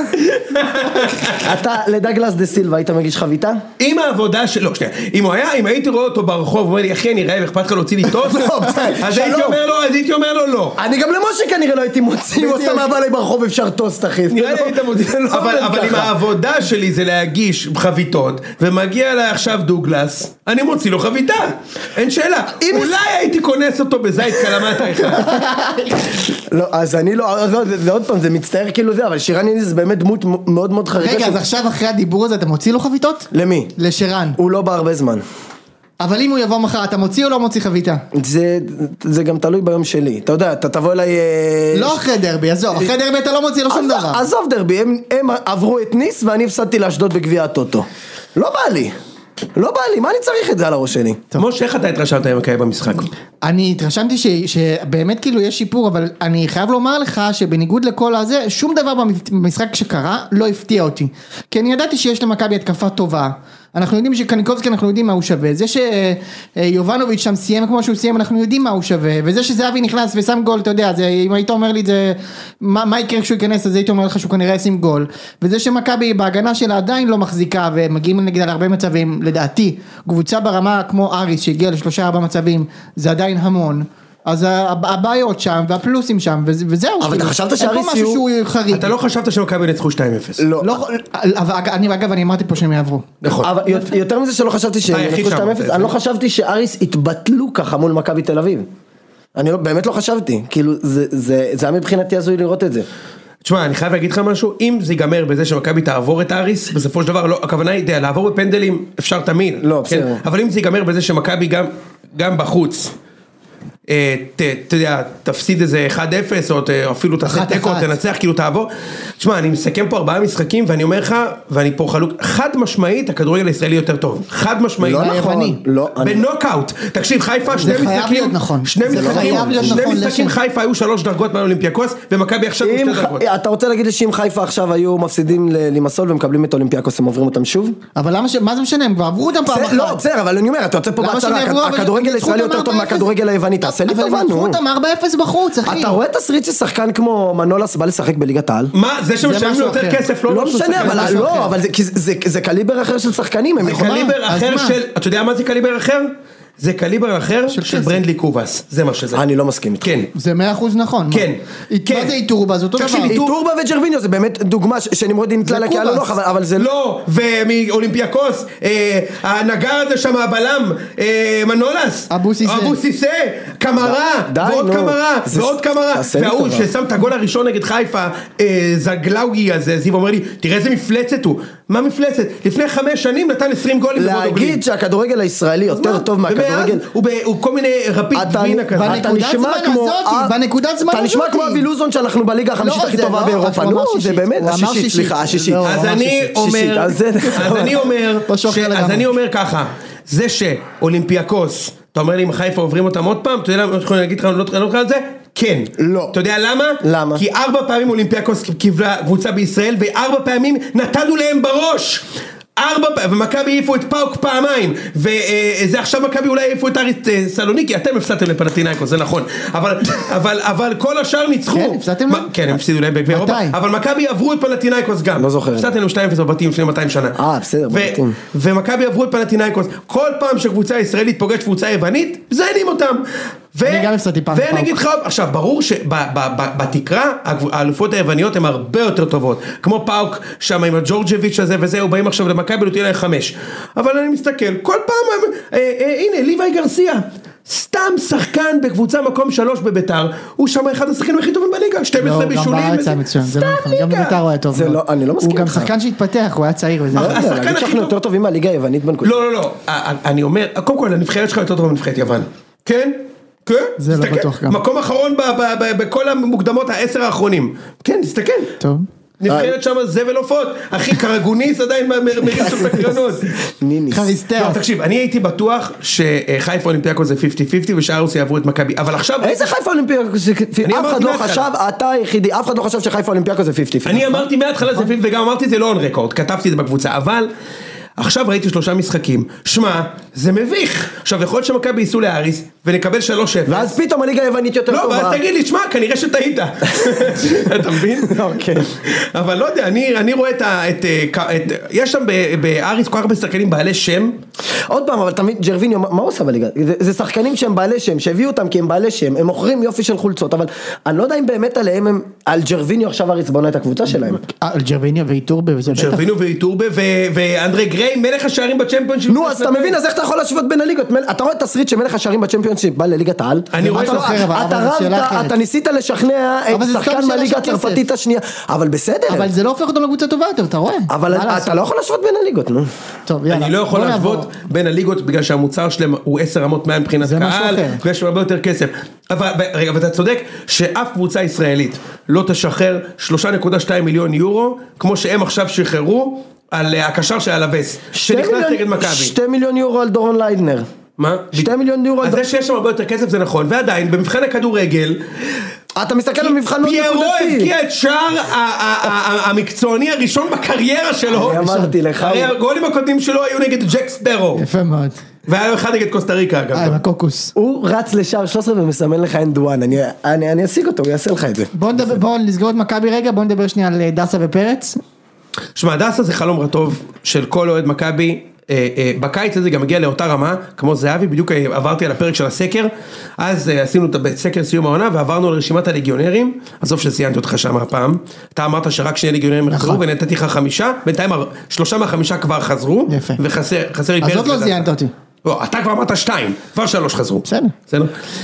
S1: אתה לדגלס דה סילבה היית מגיש חביתה?
S3: אם העבודה שלו, אם הייתי רואה אותו ברחוב, הוא אומר לי, אחי אני רעב, אכפת לך להוציא לי טוס? אז הייתי אומר לו לא.
S1: אני גם למשה כנראה לא הייתי מוציא, הוא עושה מעבר לי ברחוב אפשר טוס תחיף.
S3: נראה לי היית מוציא, אבל אם העבודה שלי זה להגיש חביתות, ומגיע לה עכשיו דוגלס, אני מוציא לו חביתה, אין שאלה. אולי הייתי כונס אותו בזית קלמטה אחד.
S1: לא, אז אני לא, זה עוד פעם, זה מצטער כאילו זה, אבל שירן ייני זה באמת דמות מאוד מאוד חריגה.
S2: רגע, אז עכשיו אחרי הדיבור הזה אתה מוציא לו חביתות?
S1: למי?
S2: לשרן.
S1: הוא לא בא הרבה זמן.
S2: אבל אם הוא יבוא מחר, אתה מוציא או לא מוציא חביתה?
S1: זה גם תלוי ביום שלי. אתה יודע, אתה תבוא אליי...
S2: לא אחרי דרבי, עזוב. אחרי דרבי אתה לא מוציא לו שום דבר.
S1: עזוב דרבי, הם עברו את ניס ואני הפסדתי לאשדוד בגביע הטוטו. לא בא לי. לא בא לי, מה אני צריך את זה על הראש שלי?
S3: משה, איך אתה התרשמת עם הקהל במשחק?
S2: אני התרשמתי שבאמת כאילו יש שיפור, אבל אני חייב לומר לך שבניגוד לכל הזה, שום דבר במשחק שקרה לא הפתיע אותי. כי אני ידעתי שיש למכבי התקפה טובה. אנחנו יודעים שקניקובסקי אנחנו יודעים מה הוא שווה, זה שיובנוביץ' שם סיים כמו שהוא סיים אנחנו יודעים מה הוא שווה, וזה שזהבי נכנס ושם גול, אתה יודע, אם היית אומר לי זה, מה יקרה כשהוא ייכנס, אז הייתי אומר לך שהוא כנראה ישים גול, וזה שמכבי בהגנה שלה עדיין לא מחזיקה, ומגיעים נגד על הרבה מצבים, לדעתי, קבוצה ברמה כמו אריס שהגיע ל3-4 מצבים, זה עדיין המון, אז הבעיות שם והפלוסים שם וזהו.
S1: אבל אתה חשבת שאריס יהיו...
S3: אתה לא חשבת שמכבי ינצחו 2-0?
S1: לא.
S2: אני אמרתי פה שהם יעברו.
S3: נכון.
S1: אבל יותר מזה שלא חשבתי שהם ינצחו 2-0, אני לא חשבתי שאריס התבטלו ככה מול מכבי תל אביב. אני באמת לא חשבתי, כאילו זה היה מבחינתי הזוי לראות את זה.
S3: תשמע, אני חייב להגיד לך משהו, אם זה ייגמר בזה שמכבי תעבור את אריס, בסופו של דבר, לא, הכוונה היא, לעבור בפנדלים אפשר תמיד.
S1: לא, בסדר.
S3: אבל אם זה ייגמר בזה שמכבי גם בחוץ, אתה יודע, תפסיד איזה 1-0 או אפילו תעשה תיקו, תנצח, כאילו תעבור. תשמע, אני מסכם פה 4 משחקים ואני אומר לך, ואני פה חלוק, חד משמעית הכדורגל הישראלי יותר טוב, חד משמעית.
S1: לא נכון, לא.
S3: בנוקאוט, תקשיב, חיפה, שני משחקים חיפה היו 3 דרגות מהאולימפיאקוס, ומכבי עכשיו 2 דרגות.
S1: אתה רוצה להגיד לי שאם חיפה עכשיו היו מפסידים לימסול ומקבלים את אולימפיאקוס, הם עוברים אותם שוב?
S2: אבל מה זה משנה, הם כבר עברו אותם פעם אחת.
S1: לא, בסדר, אבל אני אומר, אתה יוצא פה בהצהרה, הכדורגל הישראלי יותר טוב מהכדורגל היווני, תעשה לי טובה, נו.
S2: אותם 4-0 בחוץ, אחי.
S1: אתה רואה תסריט ששחקן כמו מנולס בא לשחק בליגת העל?
S3: מה? זה שמשלם יותר כסף,
S1: לא משנה, אבל זה קליבר אחר של שחקנים.
S3: זה קליבר אחר של, אתה יודע מה זה קליבר אחר? זה קליבר אחר של ברנדלי קובס, זה מה שזה.
S1: אני לא מסכים.
S3: כן.
S2: זה 100% נכון.
S3: כן.
S2: מה זה איטורבה? זה אותו דבר.
S1: איטורבה וג'רוויניו זה באמת דוגמה שנמרוד נתלה לקהל או לא, אבל זה
S3: לא. ומאולימפיאקוס, הנגר הזה שם, הבלם, מנולס. אבו סיסה, קמרה, ועוד קמרה. והוא ששם את הגול הראשון נגד חיפה, זגלאוגי הזה, זיו אומר לי, תראה איזה מפלצת הוא. מה מפלצת? לפני 5 שנים נתן 20 גולים.
S1: להגיד שהכדורגל הישראלי יותר טוב מהכדורגל.
S3: הוא כל מיני רפיד וינה כזה.
S2: בנקודת זמן הזאת.
S1: אתה נשמע כמו אבי לוזון שאנחנו בליגה החמישית הכי טובה באירופה. לא, זה באמת, השישית, סליחה, השישית.
S3: אז אני אומר ככה, זה שאולימפיאקוס, אתה אומר לי אם חיפה עוברים אותם עוד פעם, אתה יודע למה, אני אגיד לך, אני לא תקרא על זה? כן.
S1: לא.
S3: אתה יודע למה?
S1: למה?
S3: כי 4 פעמים אולימפיאקוס קיבלה קבוצה בישראל, ו4 פעמים נתנו להם בראש. ומכבי העיפו את פאוק פעמיים, וזה עכשיו מכבי אולי העיפו את אריס סלוניקי, אתם הפסדתם לפנתינייקוס, זה נכון, אבל כל השאר ניצחו.
S2: כן, הפסדתם?
S3: כן, הם הפסידו להם בגביע אירופה, אבל מכבי עברו את פנתינייקוס גם.
S1: לא זוכר.
S3: הפסדתם 2-0 בבתים לפני 200 שנה.
S1: בסדר, בבתים.
S3: ומכבי עברו את פנתינייקוס, כל פעם שקבוצה ישראלית פוגשת קבוצה יוונית, מזיינים אותם.
S2: אני גם הפסדתי פעם
S3: ואני אגיד לך, עכשיו ברור שבתקרה האלופות היווניות הן הרבה יותר טובות, כמו פאוק שם עם הג'ורג'ביץ' הזה וזהו, באים עכשיו למכבי נותנים להם 5, אבל אני מסתכל כל פעם, הנה ליוואי גרסיה, סתם שחקן בקבוצה מקום 3 בביתר, הוא שם אחד השחקנים הכי טובים בליגה, 12 בישולים,
S2: גם בארץ היה מצוין, גם בביתר הוא היה טוב,
S1: אני לא מסכים
S2: הוא גם שחקן שהתפתח, הוא היה צעיר וזה,
S1: אני חושב שאנחנו יותר טובים מהליגה היוונית בנקודה.
S3: לא, אני אומר, קודם כל הנבחרת שלך יותר טובה מנבחרת יוון, כן? כן,
S2: זה לא בטוח גם.
S3: מקום אחרון בכל המוקדמות 10 האחרונים. כן, תסתכל.
S2: טוב.
S3: נבחרת שם זבל עופות. אחי, קרגוניס עדיין מריץ את הקרנות.
S2: חריסטר.
S3: תקשיב, אני הייתי בטוח שחיפה אולימפיאקוס זה 50-50 ושארוס יעברו את מכבי, אבל עכשיו...
S1: איזה חיפה אולימפיאקוס זה 50-50? אף אחד לא חשב, אתה היחידי, אף אחד לא חשב שחיפה אולימפיאקוס זה 50-50.
S3: אני אמרתי מההתחלה זה 50 וגם אמרתי זה לא און רקורד, כתבתי את זה בקבוצה, אבל... עכשיו ראיתי 3 משחקים, שמה, זה מביך. עכשיו יכול להיות שמכבי ייסעו לאריס ונקבל 3-0.
S1: ואז פתאום הליגה היוונית יותר טובה.
S3: לא, ואז תגיד לי, שמה, כנראה שטעית. אתה מבין?
S1: אוקיי.
S3: אבל לא יודע, אני רואה יש שם באריס כל כך הרבה שחקנים בעלי שם.
S1: עוד פעם, אבל תמיד ג'רוויניו, מה עושה בליגה? זה שחקנים שהם בעלי שם, שהביאו אותם כי הם בעלי שם, הם מוכרים יופי של חולצות, אבל אני לא יודע אם באמת עליהם, על ג'רוויניו עכשיו אריס בונה את הקבוצה שלהם.
S2: על ג'רוויניו ואיטורבה וזה בטח.
S3: ג'רוויניו ואיטורבה ואנדרי גריי, מלך השערים בצ'מפיונשיפ.
S1: נו, אז אתה מבין, אז איך אתה יכול להשוות בין הליגות? אתה רואה תסריט שמלך השערים בצ'מפיונשיפ בא לליגת העל?
S3: אני רואה
S1: אתה ניסית לשכנע את שחקן מהליגה הצרפתית השנייה, אבל בסדר.
S2: אבל זה לא הופך אותו לקבוצה טובה יותר, אתה רואה?
S1: אבל אתה לא יכול להשוות בין הליגות, נו.
S2: טוב, יאללה.
S3: אני לא יכול להשוות בין הליגות בגלל שהמוצר שלהם הוא 10 רמות מעל מבחינת קהל, ויש הרבה יותר כסף. רגע, ואתה צודק שאף קבוצה ישראלית לא תשחרר 3.2 מיליון יורו, כמו שהם עכשיו שחררו על הקשר של אלווס, שנכנס נגד מכבי. 2
S1: מיליון יורו על דורון ליידנר.
S3: מה?
S1: 2 מיליון יורו על
S3: דורון. אז זה שיש שם הרבה יותר כסף זה נכון, ועדיין במבחן הכדורגל,
S1: אתה מסתכל על מבחן מאוד
S3: פיירו
S1: נקודתי.
S3: הבקיע את שער המקצועני הראשון בקריירה שלו.
S1: אני אמרתי לך.
S3: הרי הגולים הקודמים שלו היו נגד ג'ק ספרו.
S2: יפה מאוד.
S3: והיה אחד נגד קוסטה ריקה אגב.
S2: עם הקוקוס.
S1: הוא רץ לשער 13 ומסמן לך אנדואן, אני אשיג אותו, הוא יעשה לך את זה.
S2: בואו נסגור את מכבי רגע, בואו נדבר שנייה על דסה ופרץ.
S3: שמע, דסה זה חלום רטוב של כל אוהד מכבי, בקיץ הזה גם הגיע לאותה רמה, כמו זהבי, בדיוק עברתי על הפרק של הסקר, אז עשינו את הסקר סיום העונה, ועברנו לרשימת הליגיונרים, עזוב שציינתי אותך שם הפעם, אתה אמרת שרק 2 ליגיונרים חזרו, ונתתי לך 5, בינתיים 3 מה5 כבר חזרו, וחסר לי פרץ.
S2: אז זאת לא ציינת אותי.
S3: לא, אתה כבר אמרת 2, כבר 3 חזרו.
S2: בסדר.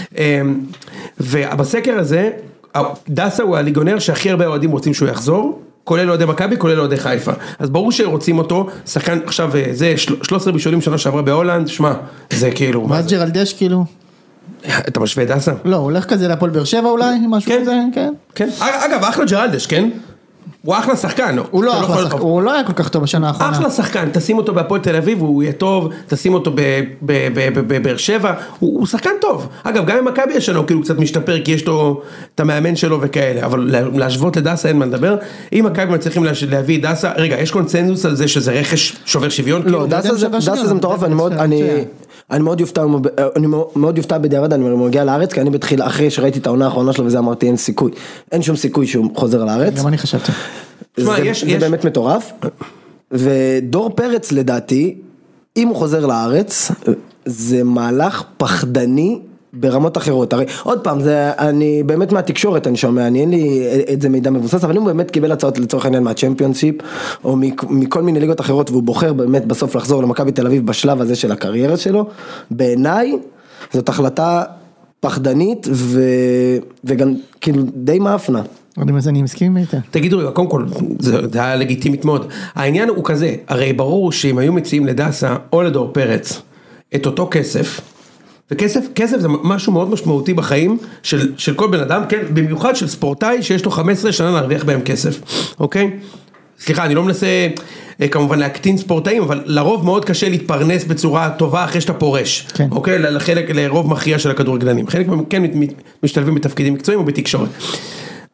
S3: ובסקר הזה, דסה הוא הליגיונר שהכי הרבה אוהדים רוצים שהוא יחזור, כולל אוהדי מכבי, כולל אוהדי חיפה. אז ברור שרוצים אותו, שחקן עכשיו, זה 13 בישולים שנה שעברה בהולנד, שמה, זה כאילו...
S2: מה ג'רלדש כאילו?
S3: אתה משווה דסה?
S2: לא, הוא הולך כזה להפועל באר שבע אולי, משהו כזה, כן.
S3: כן. אגב, אחלה ג'רלדש, כן? הוא אחלה שחקן.
S2: הוא לא היה כל כך טוב בשנה האחרונה. אחלה
S3: שחקן, תשים אותו בהפועל תל אביב, הוא יהיה טוב, תשים אותו בבאר שבע, הוא שחקן טוב. אגב, גם עם מכבי השנה הוא כאילו קצת משתפר, כי יש לו את המאמן שלו וכאלה, אבל להשוות לדסה אין מה לדבר. אם מכבי מצליחים להביא דסה, רגע, יש קונצנזוס על זה שזה רכש שובר שוויון?
S1: לא, דסה זה מטורף, אני מאוד יופתע בדיעבד, אני מגיע לארץ, כי אני בתחילה, אחרי שראיתי את העונה האחרונה שלו וזה אמרתי אין סיכוי, אין שום סיכוי שהוא חוזר לארץ.
S2: גם אני חשבתי.
S1: זה באמת מטורף, ודור פרץ לדעתי, אם הוא חוזר לארץ, זה מהלך פחדני ברמות אחרות, הרי עוד פעם, אני באמת מהתקשורת אני שומע, אין לי את זה מידע מבוסס, אבל אם הוא באמת קיבל הצעות לצורך העניין מהצ'מפיונשיפ, או מכל מיני ליגות אחרות, והוא בוחר באמת בסוף לחזור למכבי תל אביב בשלב הזה של הקריירה שלו, בעיניי, זאת החלטה פחדנית, וגם כאילו די מאפנה.
S2: אני מסכים איתה.
S3: תגידו רגע, קודם כל, זה היה לגיטימית מאוד, העניין הוא כזה, הרי ברור שאם היו מציעים לדסה, או לדור פרץ, את אותו כסף, וכסף זה משהו מאוד משמעותי בחיים של כל בן אדם, כן? במיוחד של ספורטאי שיש לו 15 שנה להרוויח בהם כסף, אוקיי? סליחה, אני לא מנסה כמובן להקטין ספורטאים, אבל לרוב מאוד קשה להתפרנס בצורה טובה אחרי שאתה פורש,
S2: כן.
S3: אוקיי? לרוב מכריע של הכדורגלנים, חלק כן משתלבים בתפקידים מקצועיים או בתקשורת.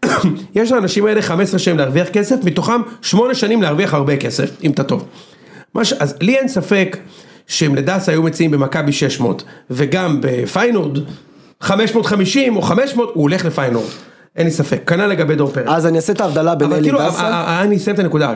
S3: יש לאנשים האלה 15 שנים להרוויח כסף, מתוכם 8 שנים להרוויח הרבה כסף, אם אתה טוב. אז לי אין ספק שאם לדסה היו מציעים במכבי 600 וגם בפיינורד 550 או 500 הוא הולך לפיינורד, אין לי ספק, כנ"ל לגבי דור פרץ.
S1: אז אני אעשה את ההבדלה בין אלי דסה.
S3: אני אסיים את הנקודה,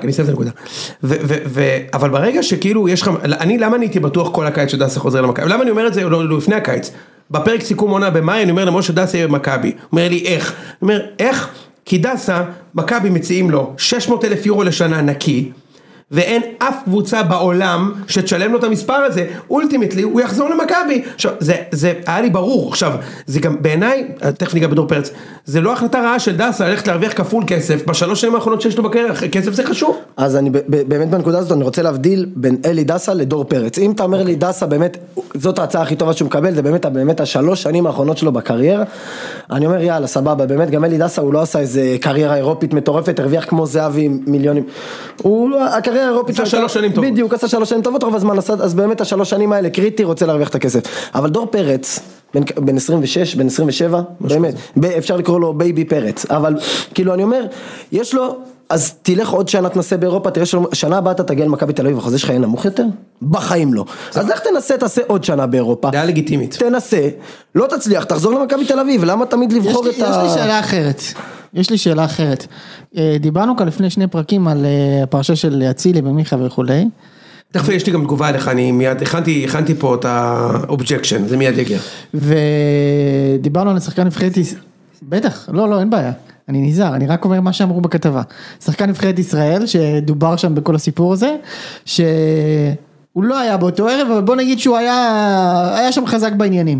S3: אבל ברגע שכאילו יש לך, למה אני הייתי בטוח כל הקיץ שדסה חוזר למכבי? למה אני אומר את זה לפני הקיץ? בפרק סיכום עונה במאי אני אומר למשה דסה יהיה במכבי, הוא אומר לי איך? אני אומר איך? כי דסה, מכבי מציעים לו 600,000 יורו לשנה נקי, ואין אף קבוצה בעולם שתשלם לו את המספר הזה, אולטימטלי הוא יחזור למכבי. עכשיו, זה היה לי ברור, עכשיו, זה גם בעיניי, תכף ניגע בדור פרץ, זה לא החלטה רעה של דסה, ללכת להרוויח כפול כסף, בשלוש שנים האחרונות שיש לו בקריירה, כסף זה חשוב.
S1: אז אני באמת בנקודה הזאת, אני רוצה להבדיל בין אלי דסה לדור פרץ. אם אתה אומר לי דסה, באמת, זאת ההצעה הכי טובה שהוא מקבל, זה באמת השלוש שנים האחרונות שלו בקריירה. אני אומר, יאללה, סבבה, באמת, גם אלי דסה, הוא לא עשה איזה קריירה אירופית מטורפת, הרוויח כמו זהבי מיליונים. הקריירה האירופית
S3: עשה 3 שנים טובות.
S1: בדיוק, עשה 3 שנים טובות, רוב הזמן עשה, אז באמת השלוש שנים האלה קריטי, רוצה להרוויח את הכסף. אבל דור פרץ, בין 26, בין 27, באמת, אפשר לקרוא לו בייבי פרץ, אבל כאילו אני אומר, יש לו, אז תלך עוד שנה תנסה באירופה, תראה שנה הבאה אתה תגיע למכבי תל אביב, החוזה שלך יהיה נמוך יותר? בחיים לא. אז לך תנסה, תעשה עוד שנה באירופה.
S3: דעה לגיטימית.
S1: תנסה, לא תצליח, תחזור למכבי תל אביב, למה תמיד לבחור את ה...
S2: יש לי שאלה אחרת. דיברנו כאן לפני 2 פרקים על הפרשה של אצילי ומיכה וכולי.
S3: תכף יש לי גם תגובה לך, אני מיד הכנתי פה את ה-objection, זה מיד יגיע.
S2: ודיברנו על שחקן נבחרת, בטח, לא, אין בעיה. אני נזהר, אני רק אומר מה שאמרו בכתבה. שחקן נבחרת ישראל, שדובר שם בכל הסיפור הזה, שהוא לא היה באותו ערב, אבל בוא נגיד שהוא היה שם חזק בעניינים.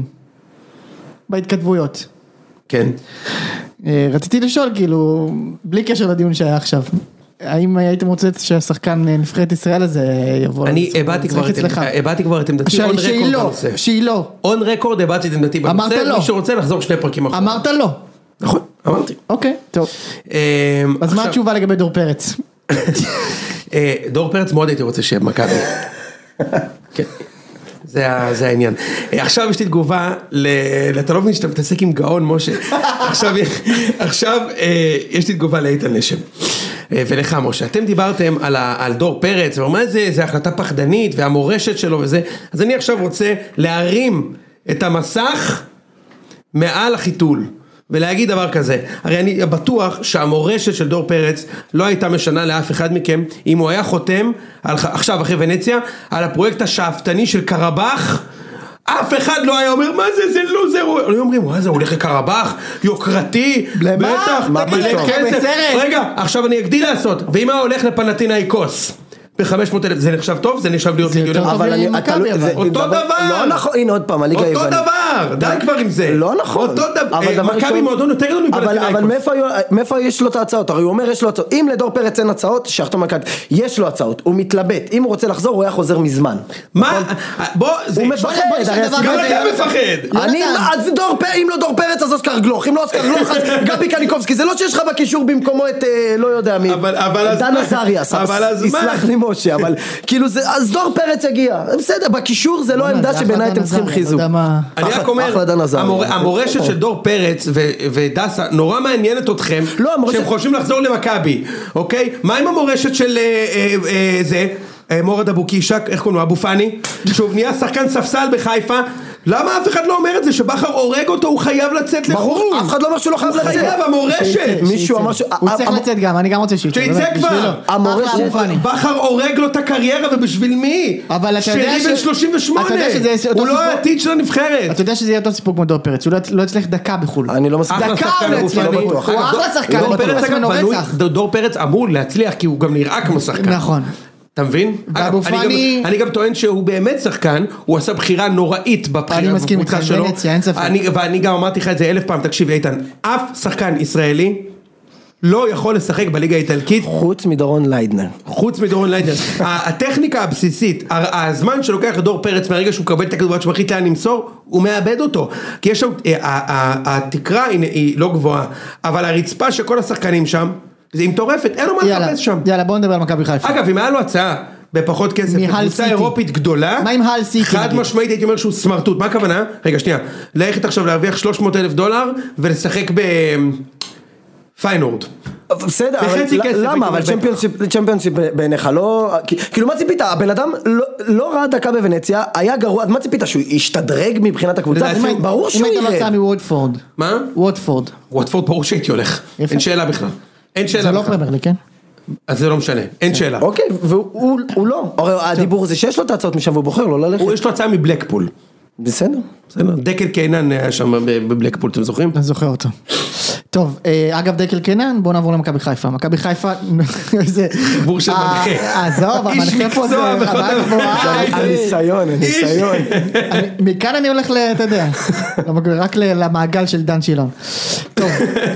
S2: בהתכתבויות.
S3: כן.
S2: רציתי לשאול, כאילו, בלי קשר לדיון שהיה עכשיו, האם הייתם רוצים שהשחקן נבחרת ישראל הזה יבוא?
S3: אני הבאתי כבר את עמדתי,
S2: שהיא לא.
S3: און רקורד הבאתי את עמדתי בנושא, מי שרוצה לחזור 2 פרקים אחורה.
S2: אמרת לא.
S3: נכון, אמרתי.
S2: אוקיי, טוב. אז מה התשובה לגבי דור פרץ?
S3: דור פרץ מאוד הייתי רוצה שיהיה במכבי. כן. זה העניין. עכשיו יש לי תגובה, אתה לא מבין שאתה מתעסק עם גאון משה, עכשיו יש לי תגובה לאיתן לשם, ולך משה, אתם דיברתם על דור פרץ, ואומר זה החלטה פחדנית, והמורשת שלו וזה, אז אני עכשיו רוצה להרים את המסך מעל החיתול, ולהגיד דבר כזה, הרי אני בטוח שהמורשת של דור פרץ לא הייתה משנה לאף אחד מכם, אם הוא היה חותם, עכשיו אחרי ונציה, על הפרויקט השאפתני של קרבח, אף אחד לא היה אומר, מה זה לוזר, לא אומרים, מה זה, הוא הולך לקרבח, יוקרתי, בטח, רגע, עכשיו אני אגדיל לעשות, ואם הוא הולך לפנתינייקוס, ב-500,000, זה נחשב טוב? זה נחשב להיות מיליונר? אותו דבר!
S1: לא נכון, הנה עוד פעם, הליגה היוונית.
S3: אותו דבר! די כבר עם זה!
S1: לא נכון.
S3: אותו דבר, מכבי מועדון יותר גדול מפנתינייקוס.
S1: אבל מאיפה יש לו את ההצעות? הרי הוא אומר יש לו הצעות. אם לדור פרץ אין הצעות, שיחתום מכבי. יש לו הצעות, הוא מתלבט. אם הוא רוצה לחזור, הוא היה חוזר מזמן.
S3: מה? בוא,
S1: הוא מפחד.
S3: גם אתה מפחד!
S1: אז אם לא דור פרץ, אז אוסקר גלוך. אם לא אוסקר גלוך, אז גבי קניקובסקי. זה לא שיש לך בקישור במקומו את לא יודע מי. דן עזריה. יסלח לי משה, אבל כאילו זה, אז דור פרץ יגיע, בסדר, בקישור זה לא עמדה שבעיניי אתם צריכים חיזוק.
S3: אני רק אומר, המורשת של דור פרץ ודסה נורא מעניינת אתכם, שהם חושבים לחזור למכבי, אוקיי? מה עם המורשת של זה, מורד אבו קישק, איך קוראים לו, אבו פני, שהוא נהיה שחקן ספסל בחיפה, למה אף אחד לא אומר את זה, שבחר הורג אותו, הוא חייב לצאת לחוץ?
S1: אף אחד לא אומר שהוא לא חייב לצאת.
S3: חייב, המורשת.
S1: מישהו אמר
S2: הוא צריך לצאת גם, אני גם רוצה שיצא.
S3: שיצא כבר.
S1: המורשת.
S3: בחר הורג לו את הקריירה, ובשביל מי?
S2: אבל אתה יודע
S3: שרי בן 38. הוא לא העתיד של הנבחרת.
S2: אתה יודע שזה יהיה אותו סיפור כמו דור פרץ, הוא לא יצליח דקה בחול.
S1: אני לא מסכים.
S2: דקה הוא לא יצליח. הוא אחלה שחקן.
S3: דור פרץ אמור להצליח, כי הוא גם נראה כמו שחקן.
S2: נכון.
S3: אתה מבין? אני גם טוען שהוא באמת שחקן, הוא עשה בחירה נוראית בבחירה בקבוצה שלו, ואני גם אמרתי לך את זה 1000 פעם, תקשיב איתן, אף שחקן ישראלי לא יכול לשחק בליגה האיטלקית
S1: חוץ מדורון ליידנר.
S3: הטכניקה הבסיסית, הזמן שלוקח לדור פרץ מהרגע שהוא מקבל את הכדור שמחליט לאן למסור, הוא מאבד אותו, כי יש שם, התקרה היא לא גבוהה, אבל הרצפה של כל השחקנים שם זה מטורפת, אין לו מה לחפש שם.
S2: יאללה, בוא נדבר על מכבי חיפה.
S3: אגב, אם היה לו הצעה בפחות כסף, בקבוצה אירופית גדולה,
S2: מה עם הל סיטי?
S3: חד משמעית הייתי אומר שהוא סמרטוט, מה הכוונה? רגע, שנייה, ללכת עכשיו להרוויח $300,000 ולשחק בפיינורד.
S1: בסדר,
S3: בחצי כסף,
S1: למה? אבל צ'מפיונשיפ בעיניך, לא, כאילו מה ציפית? הבן אדם לא ראה דקה בוונציה, היה גרוע, אז מה ציפית? שהוא ישתדרג מבחינת הקבוצה? ברור שהוא
S2: אם
S1: ירד.
S2: היית לא צא מוודפורד.
S3: מה?
S2: וודפורד.
S3: וודפורד ברור שהייתי הולך, אין שאלה בכלל. אין שאלה
S2: זה לא
S3: בכלל.
S2: פרמייר ליג, כן?
S3: אז זה לא משנה, אין שאלה.
S1: אוקיי, והוא לא. הדיבור זה שיש לו את ההצעות משם והוא בוחר לו ללכת.
S3: יש לו הצעה מבלקפול.
S1: בסדר.
S3: דקל קיינן היה שם בבלקפול, אתם זוכרים?
S2: אני זוכר אותו. טוב, אגב דקל קינן, בואו נעבור למכבי חיפה. מכבי חיפה, זה...
S3: חיבור של מנחה.
S2: עזוב, המנחה פה זה רמה גבוהה.
S1: הניסיון.
S2: מכאן אני הולך, אתה יודע, רק למעגל של דן שילון. טוב,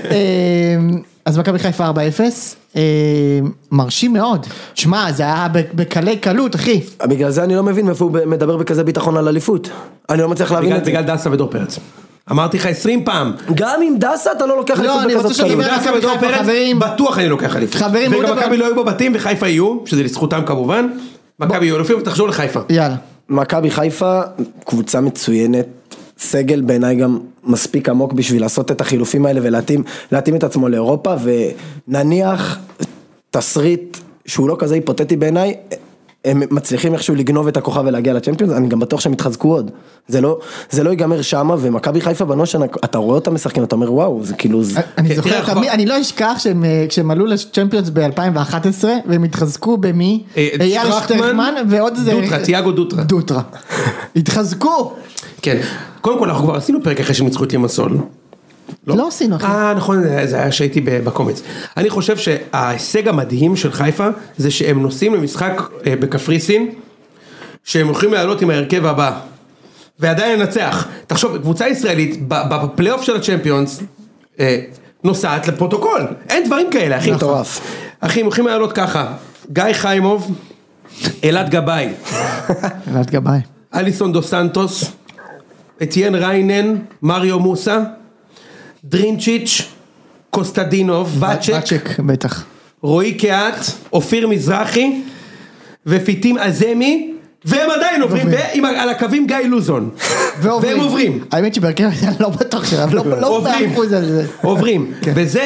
S2: אז מכבי חיפה 4-0, מרשים מאוד. שמע, זה היה בקלי קלות, אחי.
S1: בגלל זה אני לא מבין מאיפה הוא מדבר בכזה ביטחון על אליפות. אני לא מצליח להבין את זה.
S3: בגלל דסה ודור פרץ. אמרתי לך 20 פעם.
S1: גם עם דסה אתה לא לוקח אליפות
S2: אני רוצה
S1: בכזאת קלות.
S3: דסה ודור פרץ, בטוח אני לוקח אליפות.
S2: חברים,
S3: וגם מכבי לא היו בבתים וחיפה יהיו, שזה לזכותם כמובן. מכבי יהיו אלופים ותחזור לחיפה.
S2: יאללה.
S1: מכבי חיפה, קבוצה מצוינת, סגל בעיניי גם מספיק עמוק בשביל לעשות את החילופים האלה ולהתאים את עצמו לאירופה, ונניח תסריט שהוא לא כזה היפותטי בעיניי, הם מצליחים איכשהו לגנוב את הכוכב ולהגיע לצ'מפיונס, אני גם בטוח שהם יתחזקו עוד, זה לא ייגמר שמה, ומכבי חיפה בנושן, אתה רואה אותם משחקים, אתה אומר וואו, זה כאילו...
S2: אני זוכר, אני לא אשכח כשהם עלו לצ'מפיונס ב-2011, והם התחזקו במי? אייל שטרקמן, ועוד איזה...
S3: תיאגו דוטרה.
S2: התחזקו!
S3: כן, קודם כל אנחנו כבר עשינו פרק אחרי שהם ניצחו את לימסול.
S2: לא עשינו אחי.
S3: נכון, זה היה שהייתי בקומץ. אני חושב שההישג המדהים של חיפה, זה שהם נוסעים למשחק בקפריסין, שהם הולכים לעלות עם ההרכב הבא, ועדיין לנצח. תחשוב, קבוצה ישראלית, בפלייאוף של הצ'מפיונס, נוסעת לפרוטוקול. אין דברים כאלה, אחי.
S1: מטורף.
S3: אחי, הם הולכים לעלות ככה, גיא חיימוב, אלעד גבאי.
S2: אלעד גבאי.
S3: אליסון דו סנטוס, אתיין ריינן, מריו מוסה, דרינצ'יץ', קוסטדינוב, בצ'ק,
S2: בטח.
S3: רועי קהת, אופיר מזרחי, ופיטים עזמי, והם עדיין עוברים, ועל הקווים גיא לוזון, והם עוברים.
S2: האמת שברכב אני לא בטוח שלהם, לא באחוז על זה.
S3: עוברים, וזה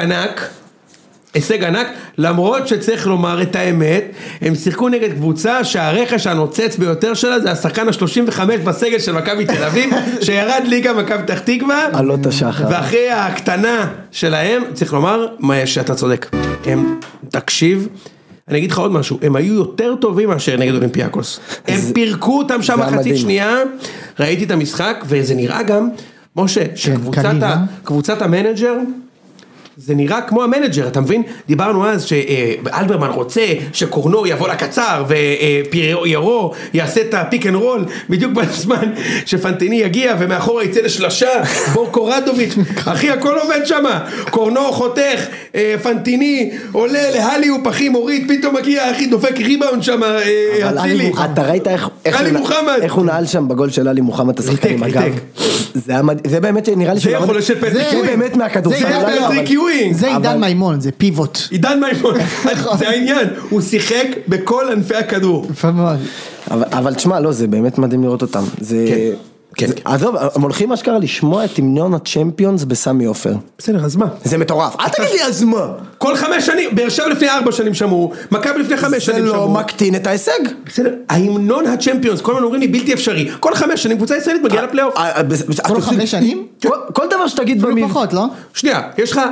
S3: הישג ענק, למרות שצריך לומר את האמת, הם שיחקו נגד קבוצה שהרכש הנוצץ ביותר שלה, זה השחקן ה-35 בסגל של מכבי תל אביב, שירד ליגה מכבי פתח תקווה,
S1: עלות השחר.
S3: ואחרי הקטנה שלהם, צריך לומר שאתה צודק, הם, תקשיב, אני אגיד לך עוד משהו, הם היו יותר טובים מאשר נגד אולימפיאקוס, הם פירקו אותם שם מחצית שנייה, ראיתי את המשחק, וזה נראה גם, משה, שקבוצת המנג'ר, זה נראה כמו המנג'ר, אתה מבין? דיברנו אז שאלברמן רוצה שקורנו יבוא לקצר ופיירו יעשה את הפיק אנד רול בדיוק בזמן שפנטיני יגיע ומאחורה יצא לשלשה בור קורדוביץ' אחי הכל עובד שם קורנו חותך פנטיני עולה להלי ופחי מוריד פתאום מגיע אחי דופק ריבאונד שם אצילי
S1: אתה ראית איך הוא נעל שם בגול של אלי מוחמד השחקן עם הגב זה באמת נראה לי
S3: זה יכול לשת
S1: זה באמת מהכדורסל
S2: זה עידן מימון, זה פיבוט.
S3: עידן מימון, זה העניין, הוא שיחק בכל ענפי הכדור.
S2: יפה מאוד.
S1: אבל תשמע, לא, זה באמת מדהים לראות אותם. כן. עזוב, הם הולכים אשכרה לשמוע את המנון הצ'מפיונס בסמי עופר.
S3: בסדר, אז מה?
S1: זה מטורף. אל תגיד לי אז מה?
S3: כל 5 שנים, באר שבע לפני 4 שנים שמעו, מכבי לפני 5 שנים שמעו.
S1: זה לא מקטין את ההישג.
S3: בסדר, ההמנון הצ'מפיונס, כל הזמן אומרים לי בלתי אפשרי. כל 5 שנים קבוצה ישראלית מגיעה לפלייאוף.
S2: כל 5 שנים?
S1: כל דבר שתגיד
S2: אפילו פחות, לא?
S3: שנייה, יש לך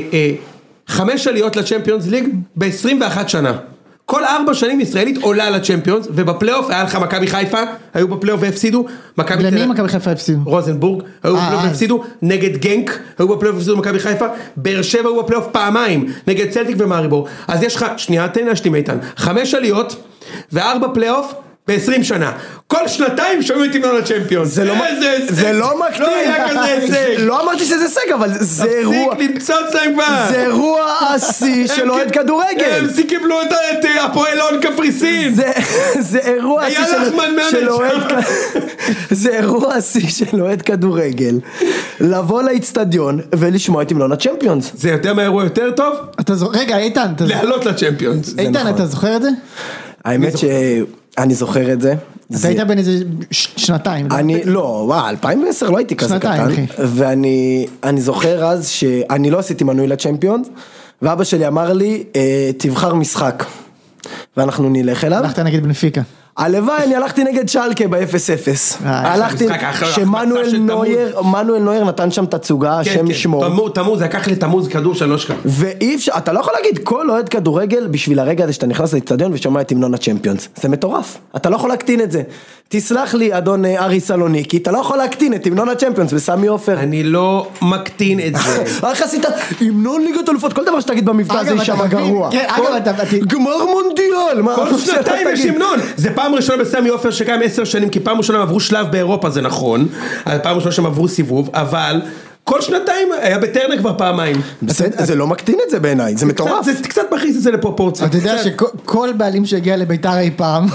S3: 5 עליות לצ'מפיונס ליג ב-21 שנה. כל 4 שנים ישראלית עולה לצ'מפיונס, ובפלייאוף היה לך מכבי חיפה, היו בפלייאוף והפסידו,
S2: למי מכבי חיפה הפסידו?
S3: רוזנבורג, היו בפלייאוף והפסידו, נגד גנק, היו בפלייאוף והפסידו מכבי חיפה, באר שבע היו בפלייאוף פעמיים, נגד צלטיק ומאריבור, אז יש לך, שנייה, תן להשלים איתן, 5 עליות, ו4 פלייאוף, ב-20 שנה, כל שנתיים שומעים את המנון הצ'מפיונס.
S1: זה לא מקטין.
S3: לא היה כזה הישג.
S1: לא אמרתי שזה הישג, אבל זה אירוע.
S3: תפסיק למצוץ להם כבר.
S1: זה אירוע השיא של אוהד כדורגל.
S3: הם קיבלו את הפועל הון קפריסין.
S1: זה אירוע השיא של אוהד. זה אירוע השיא של אוהד כדורגל. לבוא לאצטדיון ולשמוע את המנון הצ'מפיונס.
S3: זה יותר מהאירוע יותר טוב?
S2: רגע, איתן.
S3: לעלות לצ'מפיונס.
S2: איתן, אתה זוכר את זה?
S1: האמת שאני זוכר את זה.
S2: אתה היית בין איזה שנתיים.
S1: לא, 2010 לא הייתי כזה קטן. ואני זוכר אז שאני לא עשיתי מנוי לצ'מפיונס, ואבא שלי אמר לי, תבחר משחק, ואנחנו נלך אליו.
S2: הלכת נגד בנפיקה.
S1: הלוואי, אני הלכתי נגד שלקה ב-0-0. הלכתי, שמנואל נויר נתן שם תצוגה, השם ישמור.
S3: תמוז, זה לקח לי תמוז כדור של נושקה.
S1: ואי אפשר, אתה לא יכול להגיד, כל אוהד כדורגל, בשביל הרגע הזה שאתה נכנס לאצטדיון ושומע את המנון הצ'מפיונס. זה מטורף. אתה לא יכול להקטין את זה. תסלח לי, אדון ארי סלוניקי, אתה לא יכול להקטין את המנון הצ'מפיונס בסמי עופר.
S3: אני לא מקטין את זה.
S1: איך עשית, המנון ליגת אלופות, כל דבר שתגיד במבטא הזה יישמע גרוע. גמר מונדיאל.
S3: כל שנתיים יש המנון. זה פעם ראשונה בסמי עופר שקיים 10 שנים, כי פעם ראשונה עברו שלב באירופה, זה נכון. פעם ראשונה שהם עברו סיבוב, אבל כל שנתיים היה בטרנר כבר פעמיים.
S1: זה לא מקטין את זה בעיניי, זה מטורף.
S3: זה קצת מכניס את זה לפרופורציה.
S2: אתה יודע שכל בעלים שהגיע לביתר אי פעם,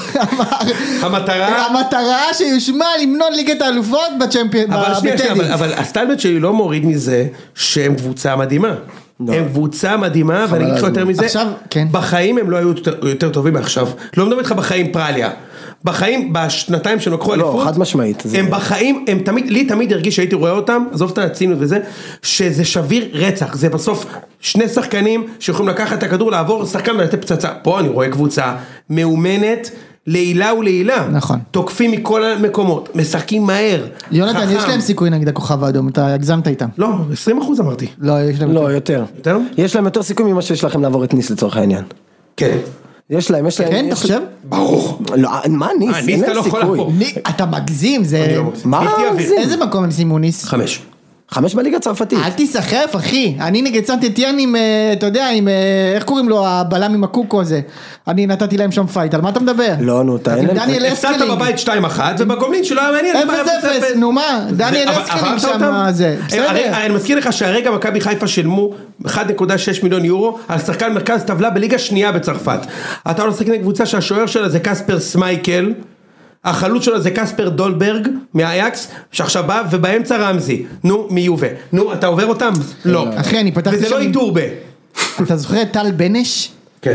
S2: המטרה שיושמע למנון ליגת האלופות בצ'מפיון.
S3: אבל הסטלבט שלי לא מוריד מזה שהם קבוצה מדהימה. הם קבוצה מדהימה, ואני אגיד לך יותר מזה, בחיים הם לא היו יותר טובים מעכשיו. לא מדבר איתך בחיים פרליה. בחיים, בשנתיים שהם לקחו אליפות,
S1: לא, חד משמעית.
S3: הם בחיים, הם תמיד, לי תמיד הרגיש שהייתי רואה אותם, עזוב את הצינות וזה, שזה שביר רצח, זה בסוף שני שחקנים שיכולים לקחת את הכדור, לעבור שחקן ולתת פצצה. פה אני רואה קבוצה מאומנת, לעילה ולעילה.
S2: נכון.
S3: תוקפים מכל המקומות, משחקים מהר.
S2: יונתן, יש להם סיכוי נגד הכוכב האדום, אתה הגזמת איתם.
S3: לא, 20% אמרתי.
S2: לא, יש להם
S1: יותר.
S3: יותר?
S1: יש להם יותר סיכוי ממה שיש לכם לעבור את ניס לצורך העניין.
S3: כן.
S1: יש להם.
S2: כן, אתה חושב?
S3: ברור.
S1: לא, מה ניס?
S3: ניס אתה לא יכול לעבור.
S2: אתה מגזים, זה...
S1: מה מגזים?
S2: איזה מקום הם שימו ניס?
S3: 5.
S1: 5 בליגה הצרפתית.
S2: אל תסחף אחי, אני נגד סנט אתיין עם, אתה יודע, עם, איך קוראים לו, הבלם עם הקוקו הזה, אני נתתי להם שם פייט, על מה אתה מדבר?
S1: לא, נו, תאין להם.
S3: הפסדת בבית 2-1, ובגומלין שלא היה מעניין.
S2: 0-0, נו מה, דניאל אסקלינג שם, זה, בסדר.
S3: אני מזכיר לך שהרגע מכבי חיפה שילמו 1.6 מיליון יורו, על שחקן מרכז טבלה בליגה שנייה בצרפת. אתה לא שחקן קבוצה שהשוער שלה זה קספר סמייקל, החלוץ שלו זה קספר דולברג מהאייקס, שעכשיו בא ובאמצע רמזי, נו מיובה, נו אתה עובר אותם? לא.
S2: אחי אני פתחתי שם,
S3: וזה לא איתורבה.
S2: אתה זוכר את טל בנש?
S3: כן.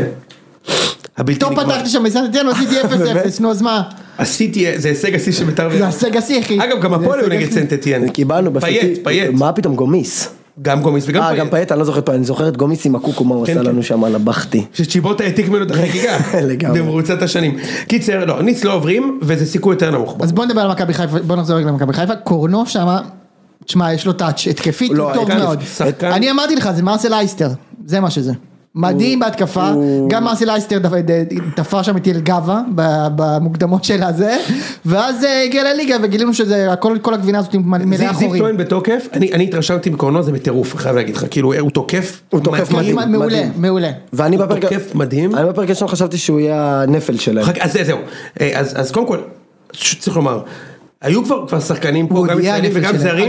S2: טוב פתחתי שם בסנט אתיין, עשיתי 0-0, נו אז מה?
S3: עשיתי, זה הישג השיא של בית"ר.
S2: זה הישג השיא אחי.
S3: אגב גם הפועל הוא נגד סנט אתיין.
S1: קיבלנו
S3: פייט.
S1: מה פתאום גומיס?
S3: גם גומיס וגם פייט.
S1: גם פייט, אני לא זוכר פעם, אני זוכר את גומיס עם הקוקו, מה הוא עשה לנו שם על הבכתי.
S3: שצ'יבוטה העתיק ממנו את החגיגה.
S1: לגמרי.
S3: במרוצת השנים. קיצר, לא, ניס לא עוברים, וזה סיכוי יותר נמוך.
S2: אז בוא נדבר על מכבי חיפה, בוא נחזור רגע למכבי חיפה, קורנו שמה, תשמע, יש לו טאץ' התקפית, טוב מאוד. אני אמרתי לך, זה מרסל אייסטר, זה מה שזה. מדהים בהתקפה, גם מרסל אייסטר תפר שם את ילגבה במוקדמות של הזה, ואז הגיע לליגה וגילינו שזה, כל הגבינה הזאת מלאה אחורים.
S3: זיו טוען בתוקף, אני התרשמתי בקורנו, זה מטירוף, חייב להגיד לך, כאילו הוא תוקף
S1: מדהים.
S2: מעולה.
S1: ואני
S3: תוקף מדהים.
S1: אני בפרק ראשון חשבתי שהוא יהיה הנפל שלהם.
S3: אז זהו, אז קודם כל, צריך לומר, היו כבר שחקנים פה, גם ישראלים וגם זרים,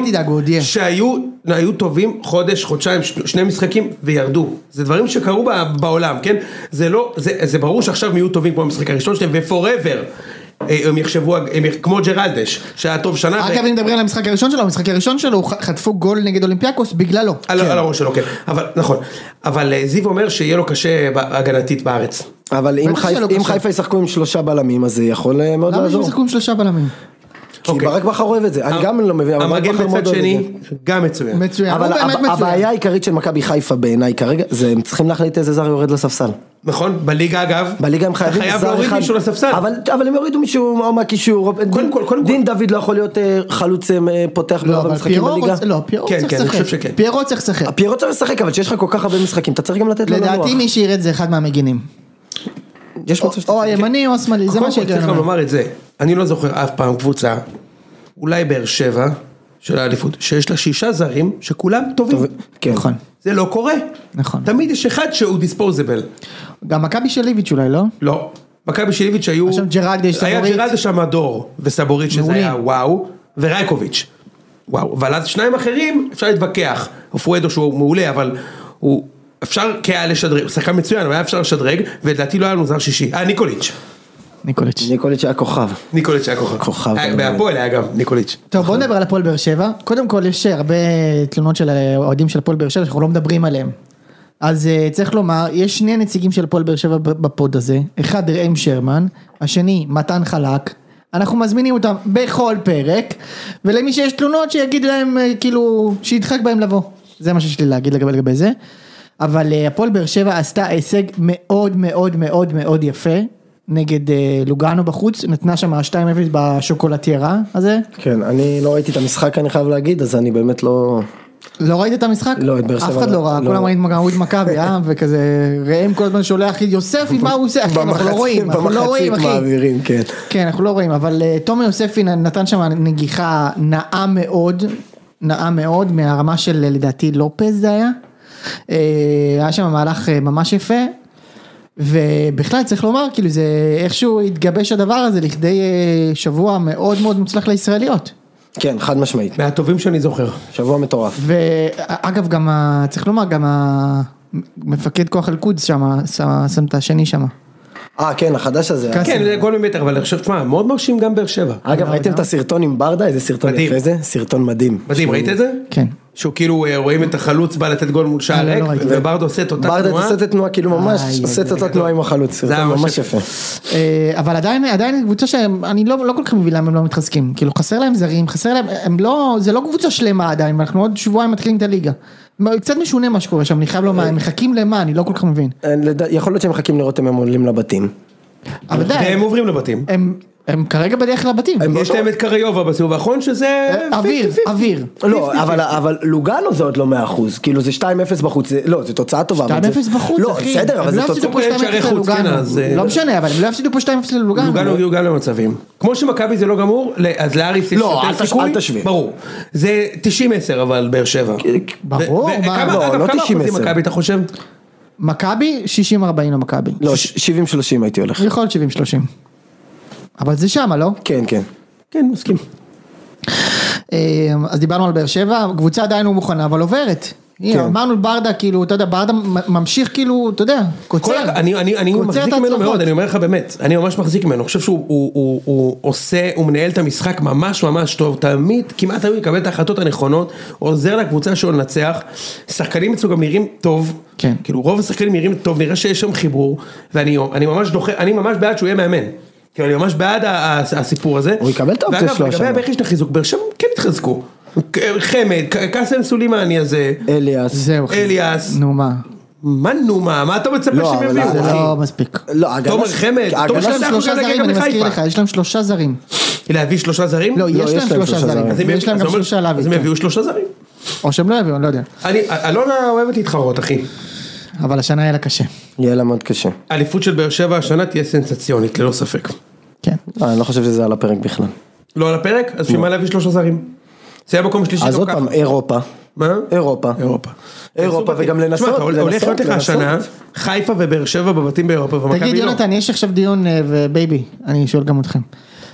S3: שהיו טובים חודש, חודשיים, 2 משחקים וירדו. זה דברים שקרו בעולם, כן? זה ברור שעכשיו הם יהיו טובים כמו המשחק הראשון שלהם, ו-forever הם יחשבו, כמו ג'רלדש, שהיה טוב שנה.
S2: אגב, אני מדבר על המשחק הראשון שלו, המשחק הראשון שלו, חטפו גול נגד אולימפיאקוס בגללו.
S3: על הראש שלו, כן. אבל, נכון. זיו אומר שיהיה לו קשה הגנתית בארץ.
S1: אבל אם חיפה ישחקו עם 3 בלמים, אז זה יכול מאוד לעזור.
S2: למה שהם ישחקו עם 3 בלמים?
S1: כי ברק בכר אוהב את זה, אני גם לא מבין,
S3: המגן בצד שני, גם מצוין.
S1: אבל הבעיה העיקרית של מכבי חיפה בעיניי כרגע, זה הם צריכים להחליט איזה זר יורד לספסל.
S3: נכון, בליגה אגב.
S1: בליגה הם חייבים זר אחד.
S3: חייב להוריד מישהו לספסל.
S1: אבל הם יורידו מישהו או מהקישור. דין דוד לא יכול להיות חלוץ פותח ברוב המשחקים בליגה.
S2: לא, פיירו צריך לשחק. פיירו צריך לשחק.
S1: פיירו צריך לשחק, אבל שיש לך כל כך הרבה משחקים, אתה צריך גם לתת לו לנוח.
S2: לדעתי מי שירד זה אחד מהמגינים. או הימני או השמאלי, זה מה שהגענו.
S3: צריך לומר את זה. אני לא זוכר אף פעם קבוצה, אולי באר שבע של האליפות, שיש לה 6 זרים שכולם טובים.
S2: נכון.
S3: זה לא קורה.
S2: נכון.
S3: תמיד יש אחד שהוא דיספוזיבל.
S2: גם מכבי שליביץ' אולי, לא?
S3: לא. מכבי שליביץ' היו...
S2: עכשיו ג'רלדש, סבורית.
S3: היה ג'רלדש המדור וסבורית שזה היה וואו, ורייקוביץ'. וואו. אבל אז 2 אחרים אפשר להתווכח. פואדו שהוא מעולה, אבל הוא... אפשר כהיה לשדרג, הוא שחקן מצוין, אבל היה אפשר לשדרג, ולדעתי לא היה לנו זר שישי.
S1: ניקוליץ' היה כוכב.
S3: ניקוליץ' היה כוכב. בהפועל היה גם ניקוליץ'.
S2: טוב, בוא נדבר על הפועל באר שבע. קודם כל יש הרבה תלונות של האוהדים של הפועל באר שבע שאנחנו לא מדברים עליהם. אז צריך לומר, יש 2 נציגים של הפועל באר שבע בפוד הזה. אחד ראם שרמן, השני מתן חלק. אנחנו מזמינים אותם בכל פרק, ולמי שיש תלונות שיגיד להם כאילו שידחק בהם לבוא. זה מה שיש לי להגיד לגבי זה. אבל הפועל באר שבע עשתה הישג מאוד מאוד מאוד מאוד יפה, נגד לוגאנו בחוץ, נתנה שם 2-0 בשוקולטיירה הזה.
S1: כן, אני לא ראיתי את המשחק, אני חייב להגיד, אז אני באמת לא...
S2: לא ראית את המשחק?
S1: לא, את באר שבע.
S2: אף אחד לא ראה, כולם ראו את מכבי, וכזה, ראם כל הזמן שולח יוספי, מה הוא עושה? אנחנו לא רואים, אנחנו לא רואים, אחי.
S1: מעבירים, כן.
S2: כן, אנחנו לא רואים, אבל תומר יוספי נתן שם נגיחה נאה מאוד, מהרמה של לדעתי לופז זה היה שם מהלך ממש יפה, ובכלל צריך לומר, כאילו זה איכשהו התגבש הדבר הזה לכדי שבוע מאוד מאוד מוצלח לישראליות.
S1: כן, חד משמעית.
S3: מהטובים שאני זוכר.
S1: שבוע מטורף.
S2: ואגב גם, צריך לומר, גם המפקד כוח אל-קודס שם, שם את השני שם.
S1: כן, החדש הזה.
S3: כן, זה גול ממטר, אבל אני חושב, תשמע, מאוד מרשים גם באר שבע.
S1: אגב, ראיתם את הסרטון עם ברדה? איזה סרטון יפה זה? סרטון מדהים.
S3: מדהים, ראית את זה?
S2: כן.
S3: שהוא כאילו רואים את החלוץ בא לתת גול מול שער ריק, וברדה עושה את אותה תנועה.
S1: ברדה עושה את התנועה, כאילו ממש עושה את אותה תנועה עם החלוץ. זה ממש יפה.
S2: אבל עדיין קבוצה שאני לא כל כך מבין למה הם לא מתחזקים. כאילו חסר להם זרים, חסר להם, זה לא קבוצה שלמה עדיין, אנחנו עוד שבועיים מתחילים את הליגה. קצת משונה מה שקורה שם, אני חייב לומר, הם מחכים למה, אני לא כל כך מבין.
S1: יכול להיות שהם מחכים לראות אם הם עולים לבתים.
S3: והם עוברים לבתים.
S2: הם כרגע בדרך לבתים.
S3: יש להם את קריובה בסיבוב האחרון שזה...
S2: אוויר.
S1: לא, אבל לוגאנו זה עוד לא 100%, כאילו זה 2-0 בחוץ, לא, זה תוצאה טובה.
S2: 2-0 בחוץ, אחי.
S1: לא, בסדר, אבל זה תוצאה...
S2: לא משנה, אבל הם לא יפסידו פה 2-0 ללוגאנו.
S3: לוגאנו הגיעו גם למצבים. כמו שמכבי זה לא גמור, אז לאריס יש יותר סיכוי.
S1: לא, אל תשווה.
S3: ברור. זה 90-10 אבל באר שבע.
S2: ברור.
S3: כמה אחוזים מכבי אתה חושב?
S2: מכבי 60-40 למכבי.
S1: לא, 70-30 הייתי הולך.
S2: יכול להיות 70-30. אבל זה שם, לא?
S1: כן, כן.
S3: כן, מסכים.
S2: אז דיברנו על באר שבע, קבוצה עדיין לא מוכנה, אבל עוברת. אמרנו ברדה, כאילו, אתה יודע, ברדה ממשיך כאילו, אתה יודע, קוצר.
S3: אני מחזיק ממנו מאוד, אני אומר לך באמת, אני ממש מחזיק ממנו, אני חושב שהוא עושה, הוא מנהל את המשחק ממש ממש טוב, תמיד, כמעט תמיד יקבל את ההחלטות הנכונות, עוזר לקבוצה שלו לנצח, שחקנים אצלו גם נראים טוב, כאילו רוב השחקנים נראים טוב, נראה שיש שם חיבור, ואני ממש בעד שהוא יהיה מאמן. כאילו, אני ממש בעד הסיפור הזה.
S1: הוא יקבל את האופציה שלו.
S3: ואגב, לגבי הבכי של החיזוק, באר שבע כן התחזקו. חמד, קאסם סולימני הזה.
S1: אליאס.
S2: זהו.
S3: אליאס.
S2: נו מה?
S3: מה נו מה? מה אתה מצפה שהם יביאו?
S2: זה לא מספיק.
S3: תומר חמד.
S2: יש להם 3 זרים, אני מזכיר לך, יש להם 3 זרים.
S3: להביא 3 זרים?
S2: לא, יש להם 3 זרים. יש להם גם 3 להביא.
S3: אז הם יביאו 3 זרים.
S2: או שהם לא יביאו, אני לא יודע.
S3: אלונה אוהבת להתחרות, אחי.
S2: אבל השנה יהיה לה קשה.
S1: יהיה לה מאוד קשה.
S3: האליפות של באר שבע השנה תהיה סנסציונית, ללא ספק.
S2: כן.
S1: אני לא חושב שזה על הפרק בכלל.
S3: לא על הפרק? אז שמה להביא 3 זרים? זה היה מקום שלישי.
S1: אז עוד פעם, אירופה.
S3: מה?
S1: אירופה. וגם לנסות.
S3: הולך להיות לך השנה, חיפה ובאר שבע בבתים באירופה.
S2: תגיד יונתן, יש עכשיו דיון, ובייבי, אני שואל גם אתכם.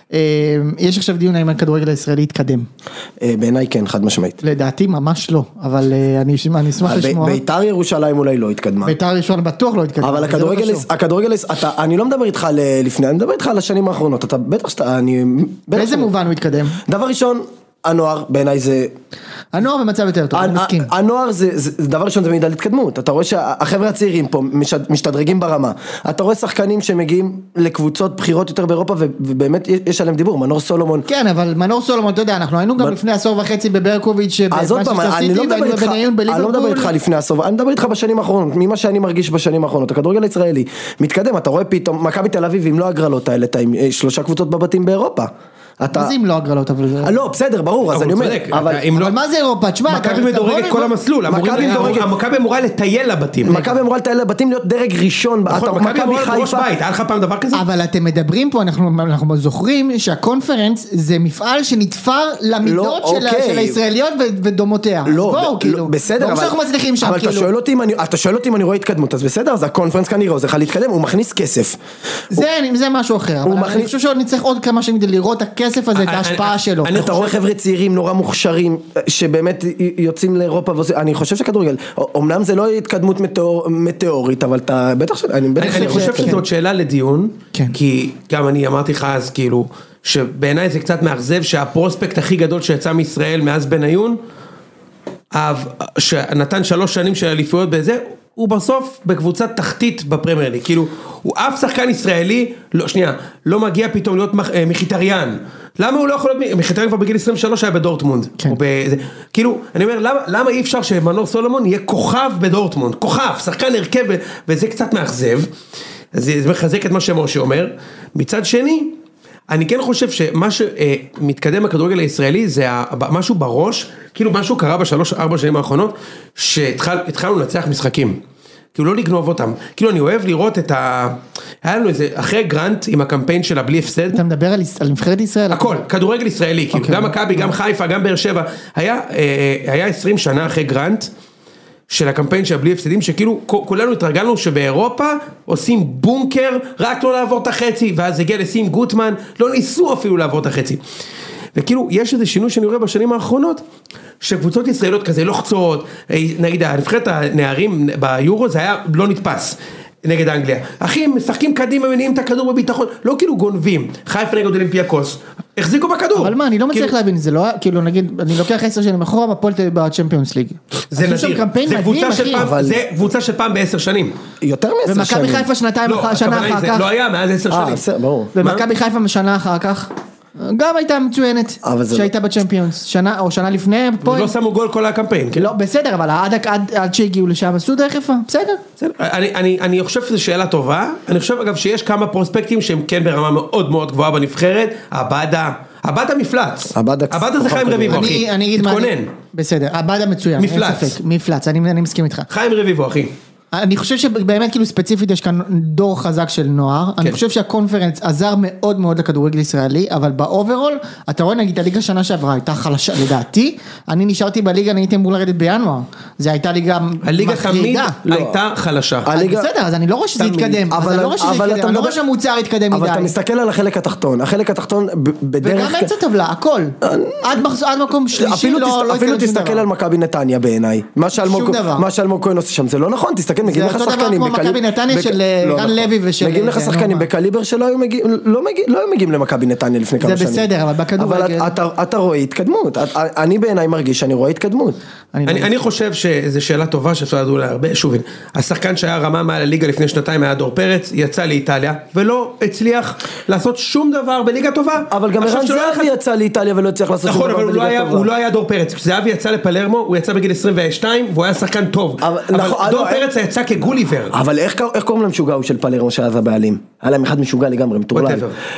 S2: יש עכשיו דיון האם הכדורגל הישראלי יתקדם.
S1: בעיניי כן, חד משמעית.
S2: לדעתי ממש לא, אבל אני אשמח לשמוע.
S1: בית"ר ירושלים אולי לא התקדמה.
S2: בית"ר ירושלים בטוח לא התקדמה.
S1: אבל הכדורגל, אני לא מדבר איתך לפני, אני מדבר איתך על השנים האחרונות. אתה בטח שאתה,
S2: באיזה מובן הוא יתקדם?
S1: דבר ראשון, הנוער בעיניי זה...
S2: הנוער במצב יותר טוב, אני מסכים.
S1: הנוער זה דבר ראשון, זה מעיד על התקדמות. אתה רואה שהחבר'ה הצעירים פה משתדרגים ברמה. אתה רואה שחקנים שמגיעים לקבוצות בחירות יותר באירופה, ובאמת יש עליהם דיבור. מנור סולומון.
S2: כן, אבל מנור סולומון, אתה יודע, אנחנו היינו גם לפני עשור וחצי בברקוביץ'
S1: אני לא מדבר איתך לפני עשור, אני מדבר איתך בשנים האחרונות, ממה שאני מרגיש בשנים האחרונות. הכדורגל הישראלי מתקדם, אתה רואה פתאום, מכבי תל אביב עם לא הגרלות האלה, עם 3 קבוצות בבתים באירופה.
S2: מה זה אם לא הגרלות, אבל זה...
S1: לא, בסדר, ברור, אז אני אומר,
S2: אבל מה זה אירופה? תשמע,
S3: מכבי מדורגת כל המסלול, מכבי אמורה לטייל לבתים.
S1: מכבי אמורה לטייל לבתים, להיות דרג ראשון,
S3: מכבי אמורה בראש בית, היה לך פעם דבר כזה?
S2: אבל אתם מדברים פה, אנחנו זוכרים שהקונפרנס זה מפעל שנתפר למידות של הישראליות ודומותיה. אז בואו, כאילו,
S1: בסדר,
S2: אבל
S1: אתה שואל אותי אם אני רואה התקדמות, אז בסדר, אז הקונפרנס כנראה עוזר לך להתקדם, הוא מכניס כסף.
S2: זה משהו אחר, אבל אני חושב שעוד נצטרך עוד כמה שנים לראות הכסף הזה, את ההשפעה שלו.
S1: אתה רואה חבר'ה צעירים נורא מוכשרים שבאמת יוצאים לאירופה, אני חושב שכדורגל, אמנם זה לא התקדמות מטאורית, אבל אתה בטח
S3: אני חושב שזאת שאלה לדיון, כי גם אני אמרתי לך אז כאילו, שבעיניי זה קצת מאכזב שהפרוספקט הכי גדול שיצא מישראל מאז בניון, שנתן 3 שנים של אליפויות בזה, הוא בסוף בקבוצת תחתית בפרמייר ליג, כאילו, הוא אף שחקן ישראלי, לא מגיע פתאום להיות מחיטריאן, למה הוא לא יכול להיות, מחיטריאן כבר בגיל 23 היה בדורטמונד, כאילו, אני אומר, למה אי אפשר שמנור סולומון יהיה כוכב בדורטמונד, כוכב, שחקן הרכב, וזה קצת מאכזב, אז זה מחזק את מה שמשה אומר, מצד שני, אני כן חושב שמה שמתקדם בכדורגל הישראלי זה משהו בראש, כאילו משהו קרה ב3-4 שנים האחרונות, שהתחלנו לנצח משחקים, כאילו לא לגנוב אותם, כאילו אני אוהב לראות היה לנו איזה, אחרי גרנט עם הקמפיין של הבלי הפסד,
S2: אתה מדבר על נבחרת ישראל?
S3: הכל, כדורגל ישראלי, כאילו גם מכבי, גם חיפה, גם באר שבע, היה 20 שנה אחרי גרנט, של הקמפיין של הבלי הפסדים, שכאילו כולנו התרגלנו שבאירופה עושים בונקר, רק לא לעבור את החצי, ואז הגיע לסים גוטמן, לא ניסו אפילו לעבור את החצי. וכאילו יש איזה שינוי שאני רואה בשנים האחרונות, שקבוצות ישראליות כזה לוחצות, נגיד הנבחרת הנערים ביורו זה היה לא נתפס. נגד אנגליה, אחי, משחקים קדימה, מניעים את הכדור בביטחון, לא כאילו גונבים, חיפה נגד אולימפיאקוס, החזיקו בכדור.
S2: אבל מה, אני לא מצליח להבין, זה לא, כאילו נגיד, אני לוקח 10 שנים אחורה, מפולת בצ'מפיונס ליג.
S3: זה נדיר, זה קבוצה של פעם ב10 שנים.
S1: יותר מ10 שנים.
S2: ומכבי חיפה שנה אחר כך.
S3: לא היה, מאז 10 שנים.
S1: ברור.
S2: ומכבי חיפה שנה אחר כך. גם הייתה מצוינת, שהייתה בצ'מפיונס, שנה או שנה לפני,
S3: לא שמו גול כל הקמפיין.
S2: לא, בסדר, אבל עד שהגיעו לשם, עשו דרך יפה, בסדר.
S3: אני חושב שזו שאלה טובה, אני חושב אגב שיש כמה פרוספקטים שהם כן ברמה מאוד מאוד גבוהה בנבחרת, הבאדה מפלץ, הבאדה זה חיים רביבו אחי, תתכונן.
S2: בסדר, הבאדה מצוין, מפלץ, אני מסכים איתך.
S3: חיים רביבו אחי.
S2: אני חושב שבאמת כאילו ספציפית יש כאן דור חזק של נוער, אני חושב שהקונפרנס עזר מאוד מאוד לכדורגל ישראלי, אבל באוברול, אתה רואה נגיד הליגה שנה שעברה הייתה חלשה, לדעתי, אני נשארתי בליגה, אני הייתי אמור לרדת בינואר, זה הייתה ליגה מחרידה.
S3: הליגה תמיד הייתה חלשה.
S2: בסדר, אז אני לא רואה שזה יתקדם, אני לא רואה שהמוצר יתקדם מדי.
S1: אבל אתה מסתכל על החלק התחתון, החלק התחתון בדרך...
S2: וגם אמצע טבלה, הכל, עד מקום שלישי
S1: אפילו תסתכל על מכבי נתניה בעיניי, מה שאלמוג כהן עושה שם, זה לא נכון, תסתכל, מגיעים לך שחקנים
S2: מכבי נתניה של רן לוי ושל...
S1: מגיעים לך שחקנים בקליבר שלא היו מגיעים למכבי נתניה לפני כמה שנים.
S2: זה בסדר, אבל בכדורגל...
S1: אבל אתה רואה התקדמות, אני בעיניי מרגיש שאני רואה התקדמות.
S3: אני חושב שזו שאלה טובה שאפשר לדעו לה הרבה, שוב, השחקן שהיה רמה מעל הליגה לפני שנתיים היה דור פרץ, יצא לאיטליה, ולא הצליח לעשות שום דבר בליגה טובה.
S1: אבל גם ערן זהבי יצא לאיטליה ולא הצליח לעשות שום דבר בליגה טובה.
S3: הוא לא היה דור פרץ, כשזהבי יצא לפלרמו, הוא יצא בגיל 22, והוא היה שחקן טוב. אבל דור פרץ יצא כגוליבר.
S1: אבל איך קוראים למשוגע הוא של פלרמו שהיה הבעלים? היה להם אחד משוגע לגמרי, מטורלל.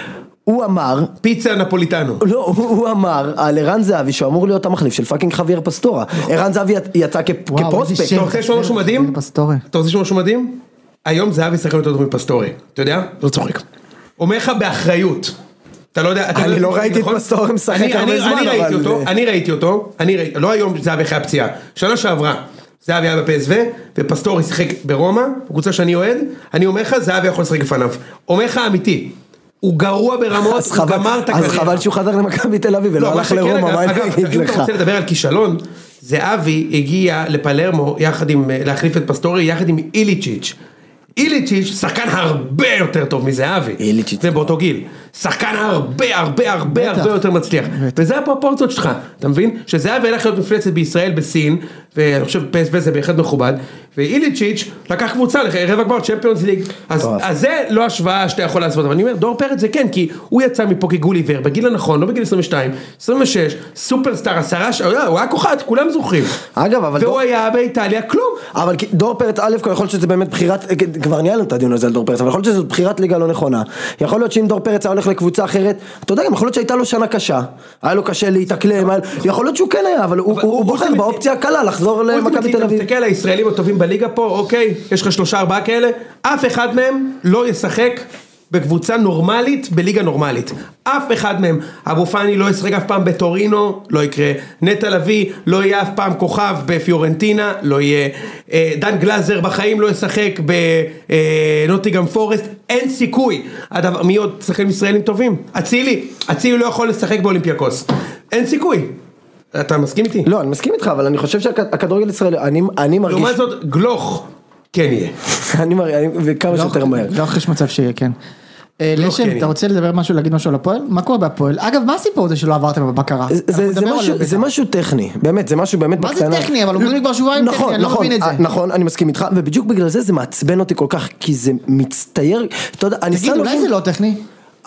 S1: הוא אמר...
S3: פיצה נפוליטנו.
S1: לא, הוא אמר על ערן זהבי שהוא אמור להיות המחליף של פאקינג חוויאר פסטורה. ערן זהבי יצא כפרוספקט.
S3: אתה רוצה לשמוע משהו מדהים? אתה רוצה לשמוע משהו מדהים? היום זהבי שחקן יותר טוב מפסטורי. אתה יודע? לא צוחק. אומר לך באחריות. אתה לא יודע...
S1: אני לא ראיתי את פסטורי משחק הרבה זמן, אבל...
S3: אני ראיתי אותו. לא היום זהבי אחרי הפציעה. שנה שעברה. זהבי היה בפסו, ופסטורי שיחק ברומא, בקבוצה שאני אוהד, אני אומר לך, זהבי יכול לשחק לפניו. אומר לך אמיתי, הוא גרוע ברמות, הוא גמר את הקריירה.
S1: אז חבל שהוא חזר למכבי תל אביב, ולא הלך לרומא, מה אני אגיד לך?
S3: אם אתה רוצה לדבר על כישלון, זהבי הגיע לפלרמו, יחד עם, להחליף את פסטורי, יחד עם איליצ'יץ'. איליצ'יץ' שחקן הרבה יותר טוב מזהבי, ובאותו גיל, שחקן הרבה יותר מצליח, וזה הפרופורציות שלך, אתה מבין? שזהבי הלך להיות מפלצת בישראל, בסין, ואני חושב פסו זה בהחלט מכובד, ואיליצ'יץ' לקח קבוצה לרבע גמר צ'מפיונס ליג, אז זה לא השוואה שאתה יכול לעשות, אבל אני אומר, דור פרץ זה כן, כי הוא יצא מפה כגוליבר, בגיל הנכון, לא בגיל 22, 26, סופרסטאר, 10, הוא היה כוחת, כולם זוכרים, והוא היה באיטליה, כלום.
S1: אבל דור פרץ, א', יכול להיות שזה באמת בחירת, כבר נהיה לנו את הדיון הזה על דור פרץ, אבל יכול להיות שזאת בחירת ליגה לא נכונה, יכול להיות שאם דור פרץ היה הולך לקבוצה אחרת, אתה יודע, יכול להיות שהייתה לו שנה קשה, היה לו קשה להתאקלם, יכול להיות שהוא כן היה, אבל הוא בוחר באופציה הקלה לחזור למכבי תל אביב.
S3: תסתכל על הישראלים הטובים בליגה פה, אוקיי, יש לך 3-4 כאלה, אף אחד מהם לא ישחק בקבוצה נורמלית, בליגה נורמלית. אף אחד מהם. אבו פאני לא ישחק אף פעם בטורינו, לא יקרה. נטע לביא לא יהיה אף פעם כוכב בפיורנטינה, לא יהיה. דן גלאזר בחיים לא ישחק בנוטיגהאם פורסט, אין סיכוי. מי עוד שחקנים ישראלים טובים? אצילי לא יכול לשחק באולימפיאקוס. אין סיכוי. אתה מסכים איתי?
S1: לא, אני מסכים איתך, אבל אני חושב שהכדורגל ישראלי, אני מרגיש...
S3: לעומת זאת, גלוך כן יהיה.
S1: אני מרגיש, וכמה שיותר מהר.
S2: לא חש מצב שיהיה, כן. לשם, אתה רוצה לדבר משהו, להגיד משהו על הפועל? מה קורה בהפועל? אגב, מה הסיפור הזה שלא עברתם בבקרה?
S1: זה משהו טכני, באמת, זה משהו באמת
S2: בקטנה. מה זה טכני? אבל אומרים לי כבר שבועיים טכני, אני לא מבין את זה.
S1: נכון, אני מסכים איתך, ובדיוק בגלל זה מעצבן אותי כל כך, כי זה מצטייר,
S2: תגיד, אולי זה לא טכני?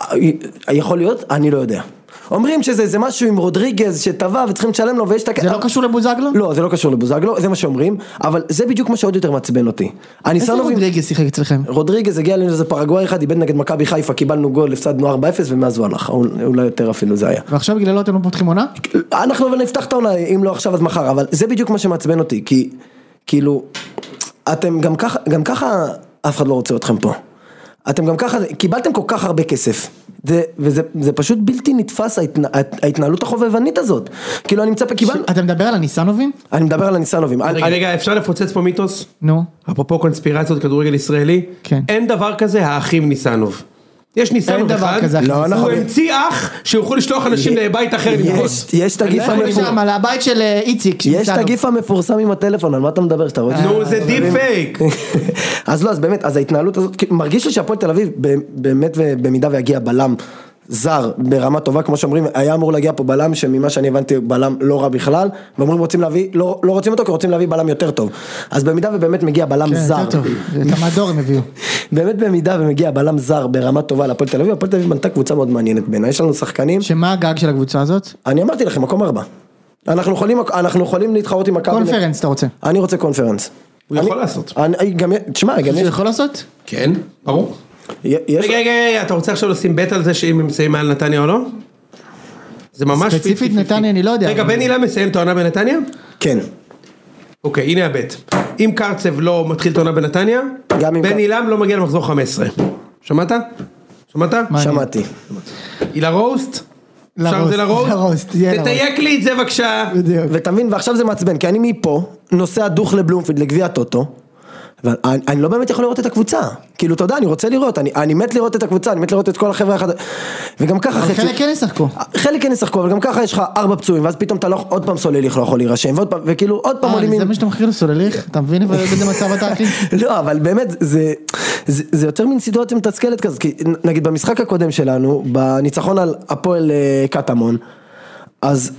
S1: יכול להיות, אני לא יודע. אומרים שזה משהו עם רודריגז שטבע וצריכים לשלם לו ויש את...
S2: זה לא קשור לבוזגלו?
S1: לא, זה לא קשור לבוזגלו, זה מה שאומרים, אבל זה בדיוק מה שעוד יותר מעצבן אותי.
S2: איזה רודריגז שיחק אצלכם?
S1: רודריגז הגיע לנו איזה פרגוואי אחד, איבד נגד מכבי חיפה, קיבלנו גול, הפסדנו 4-0 ומאז הוא הלך, אולי יותר אפילו זה היה.
S2: ועכשיו בגללו אתם לא פותחים עונה?
S1: אנחנו נפתח את העונה, אם לא עכשיו אז מחר, אבל זה בדיוק מה שמעצבן אותי, כי כאילו, אתם גם ככה אף אחד לא רוצה אתכם פה. אתם גם ככה, קיבלתם כל כך הרבה כסף, וזה פשוט בלתי נתפס ההתנהלות החובבנית הזאת. כאילו אני מצפה, קיבל...
S2: אתה מדבר על הניסנובים?
S1: אני מדבר על הניסנובים.
S3: רגע, אפשר לפוצץ פה מיתוס?
S2: נו.
S3: אפרופו קונספירציות כדורגל ישראלי?
S2: כן.
S3: אין דבר כזה האחים ניסנוב. יש ניסנוב אחד, הוא המציא אח שיוכלו לשלוח אנשים לבית אחר למחות.
S1: יש את הגיף המפורסם.
S2: על הבית של איציק.
S1: יש את הגיף המפורסם עם הטלפון, על מה אתה מדבר שאתה רואה?
S3: נו, זה דיפ פייק.
S1: אז לא, אז באמת, אז ההתנהלות הזאת, מרגיש לי שהפועל תל אביב, באמת ובמידה ויגיע בלם זר ברמה טובה, כמו שאומרים, היה אמור להגיע פה בלם שממה שאני הבנתי בלם לא רע בכלל, ואומרים רוצים להביא, לא רוצים אותו כי רוצים להביא בלם יותר טוב. אז במידה ובאמת מגיע בלם זר.
S2: את המדור הם הביאו.
S1: באמת במידה ומגיע בלם זר ברמה טובה להפועל תל אביב, הפועל תל אביב בנתה קבוצה מאוד מעניינת בינה. יש לנו שחקנים.
S2: שמה הגג של הקבוצה הזאת?
S1: אני אמרתי לכם, מקום 4. אנחנו יכולים להתחרות עם מכבי.
S2: קונפרנס אתה רוצה?
S1: אני רוצה קונפרנס.
S3: הוא יכול לעשות.
S1: תשמע, גם יש.
S2: הוא יכול לעשות?
S3: כן, ברור. רגע, אתה רוצה עכשיו לשים בית על זה שאם הם מסיים מעל נתניה או לא? זה ממש...
S2: ספציפית נתניה אני לא יודע.
S3: רגע, בן אילם מסיים את העונה בנתניה?
S1: כן.
S3: אוקיי, הנה הבית. אם קרצב לא מתחיל את העונה בנתניה, בן אילם לא מגיע למחזור 15. שמעת?
S1: שמעתי.
S3: אילה רוסט? אפשר זה לרוסט? תתייק לי את זה בבקשה.
S1: ותבין, ועכשיו זה מעצבן, כי אני מפה נוסע דוך לבלומפילד לגביע הטוטו, אבל אני לא באמת יכול לראות את הקבוצה, כאילו אתה יודע, אני רוצה לראות, אני מת לראות את הקבוצה, אני מת לראות את כל החבר'ה אחד, וגם ככה חלק כן ישחקו, אבל גם ככה יש לך 4 פצועים, ואז פתאום אתה עוד פעם סולליך לא יכול להירשם, וכאילו עוד פעם עולים...
S2: זה מה שאתה מחיר לסולליך? אתה מבין באיזה מצב אתה אחי?
S1: לא, אבל באמת, זה יותר מין סיטואציה מתסכלת כזאת, כי נגיד במשחק הקודם שלנו, בניצחון על הפועל קטמון, אז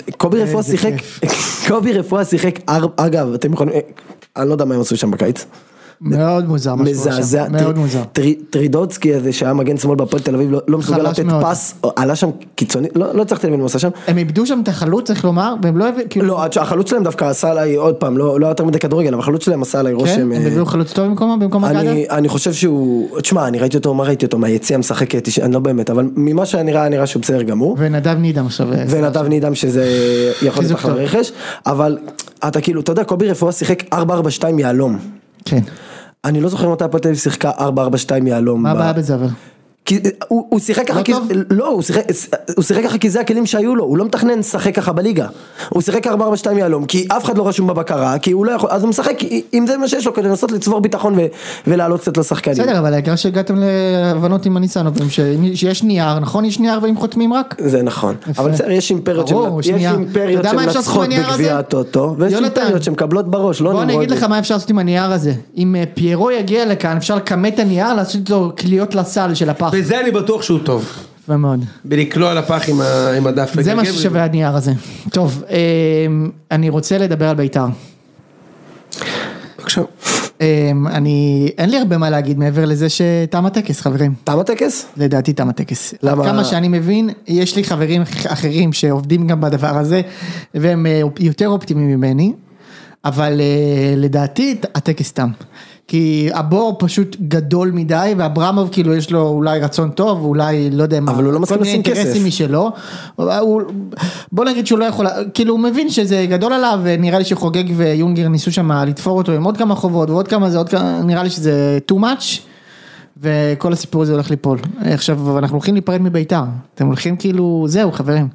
S1: קובי רפואה שיחק, אגב, אתם יכולים, אני לא יודע מה הם עשו שם בקיץ.
S2: מאוד מוזר, מאוד מוזר.
S1: טרידוצקי הזה שהיה מגן שמאל בהפועל תל אביב, לא מסוגל לתת פס, עלה שם קיצוני, לא הצלחתי להבין מה עושה שם.
S2: הם איבדו שם את החלוץ, צריך לומר, והם לא...
S1: לא, החלוץ שלהם דווקא עשה עליי עוד פעם, לא יותר מדי כדורגל, אבל החלוץ שלהם עשה עליי רושם...
S2: כן? הם הביאו חלוץ טוב במקום הגדה?
S1: אני חושב שהוא... תשמע, אני ראיתי אותו, מהיציאה משחק, אני לא באמת, אבל ממה שנראה שהוא בסדר גמור.
S2: ונדב נידם עכשיו.
S1: ונדב נידם שזה יכול להיות אחר רכש, אבל אתה כאילו, אתה יודע, קובי רפואה שיחק 4-4-2 יהלום.
S2: כן.
S1: אני לא זוכר מתי הפועל תל אביב שיחקה 4-4-2 יהלום.
S2: מה הבעיה בזה אבל?
S1: כי הוא שיחק ככה, הוא שיחק ככה כי זה הכלים שהיו לו, הוא לא מתכנן לשחק ככה בליגה, הוא שיחק 4-4-2 יהלום, כי אף אחד לא רשום בבקרה, כי הוא לא יכול, אז הוא משחק אם זה מה שיש לו, כדי לנסות לצבור ביטחון ולעלות קצת לשחקנים.
S2: בסדר, אבל העיקר שהגעתם להבנות עם הניסנובים, שיש נייר, נכון? יש נייר והם חותמים רק?
S1: זה נכון, אבל בסדר, יש אימפריות שמנצחות בגביע הטוטו, ויש אימפריות שמקבלות בראש, לא
S2: בוא אני אגיד לך מה אפשר לעשות עם הנייר הזה, אם פיירו יגיע לכאן, אפשר לקמת את הנייר, לעשות לו קליות לסל של הפח.
S3: וזה אני בטוח שהוא טוב.
S2: יפה מאוד.
S3: בלקלוע לפח עם הדף.
S2: זה מה ששווה הנייר הזה. טוב, אני רוצה לדבר על בית"ר.
S3: בבקשה.
S2: אין לי הרבה מה להגיד מעבר לזה שתם הטקס, חברים.
S1: תם הטקס?
S2: לדעתי תם הטקס.
S1: למה?
S2: כמה שאני מבין, יש לי חברים אחרים שעובדים גם בדבר הזה, והם יותר אופטימיים ממני, אבל לדעתי הטקס תם. כי הבור פשוט גדול מדי, ואברמוב כאילו יש לו אולי רצון טוב, אולי לא יודע מה,
S1: אבל הוא לא מסכים לשים כסף.
S2: משלו, בוא נגיד שהוא לא יכול, כאילו הוא מבין שזה גדול עליו, ונראה לי שחוגג ויונגר ניסו שם לתפור אותו עם עוד כמה חובות, ועוד כמה זה, נראה לי שזה too much, וכל הסיפור הזה הולך ליפול. עכשיו אנחנו הולכים להיפרד מביתר, אתם הולכים כאילו, זהו חברים.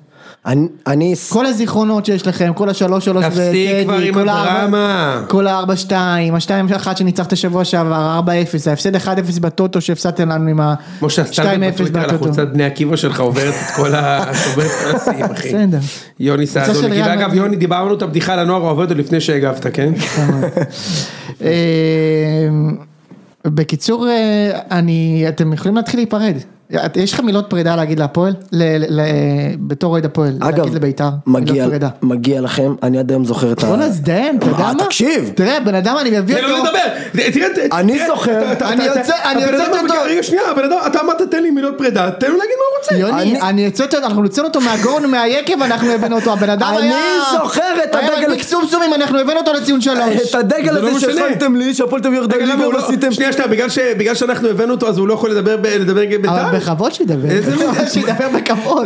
S2: כל הזיכרונות שיש לכם, כל ה3-3
S3: תפסיק כבר עם הדרמה,
S2: כל ה4-2, ה2-1 שניצחת שבוע שעבר, 4-0, ההפסד 1-0 בטוטו שהפסדתם לנו עם ה2-0
S3: כמו שהסטנדרט בטוויטר על החולצת בני עקיבא שלך עוברת את כל הסים אחי. יוני סעדון, ואגב יוני דיברנו את הבדיחה לנוער, הוא עובד עוד לפני שהגבת, כן?
S2: בקיצור, אתם יכולים להתחיל להיפרד. יש לך מילות פרידה להגיד להפועל? בתור אוהד הפועל, להגיד לביתר?
S1: מגיע לכם, אני עד היום זוכר את ה...
S2: בוא נזדהם, אתה יודע מה?
S1: תקשיב!
S2: תראה, בן אדם אני מביא אותו...
S3: תן לו לדבר!
S1: אני זוכר...
S2: אני יוצאת אותו...
S3: רגע שנייה, הבן אדם, אתה אמרת תן לי מילות פרידה, תן לו להגיד מה הוא רוצה.
S2: יוני, אני יוצאת אותו, אנחנו נוצאים אותו מהגורן ומהיקב, אנחנו הבאנו אותו, הבן אדם היה...
S1: אני זוכר את הדגל...
S2: היה מקסומסומים, אנחנו הבאנו אותו לציון 3.
S1: את הדגל הזה ששמתם לי, שהפועל תל אביב ירדה ליגה, לא עשיתם...
S3: שנייה, בגלל שאנחנו הבאנו אותו, אז הוא לא יכול לדבר בית"ר?
S2: אבל בכבוד שידבר. שידבר בכבוד.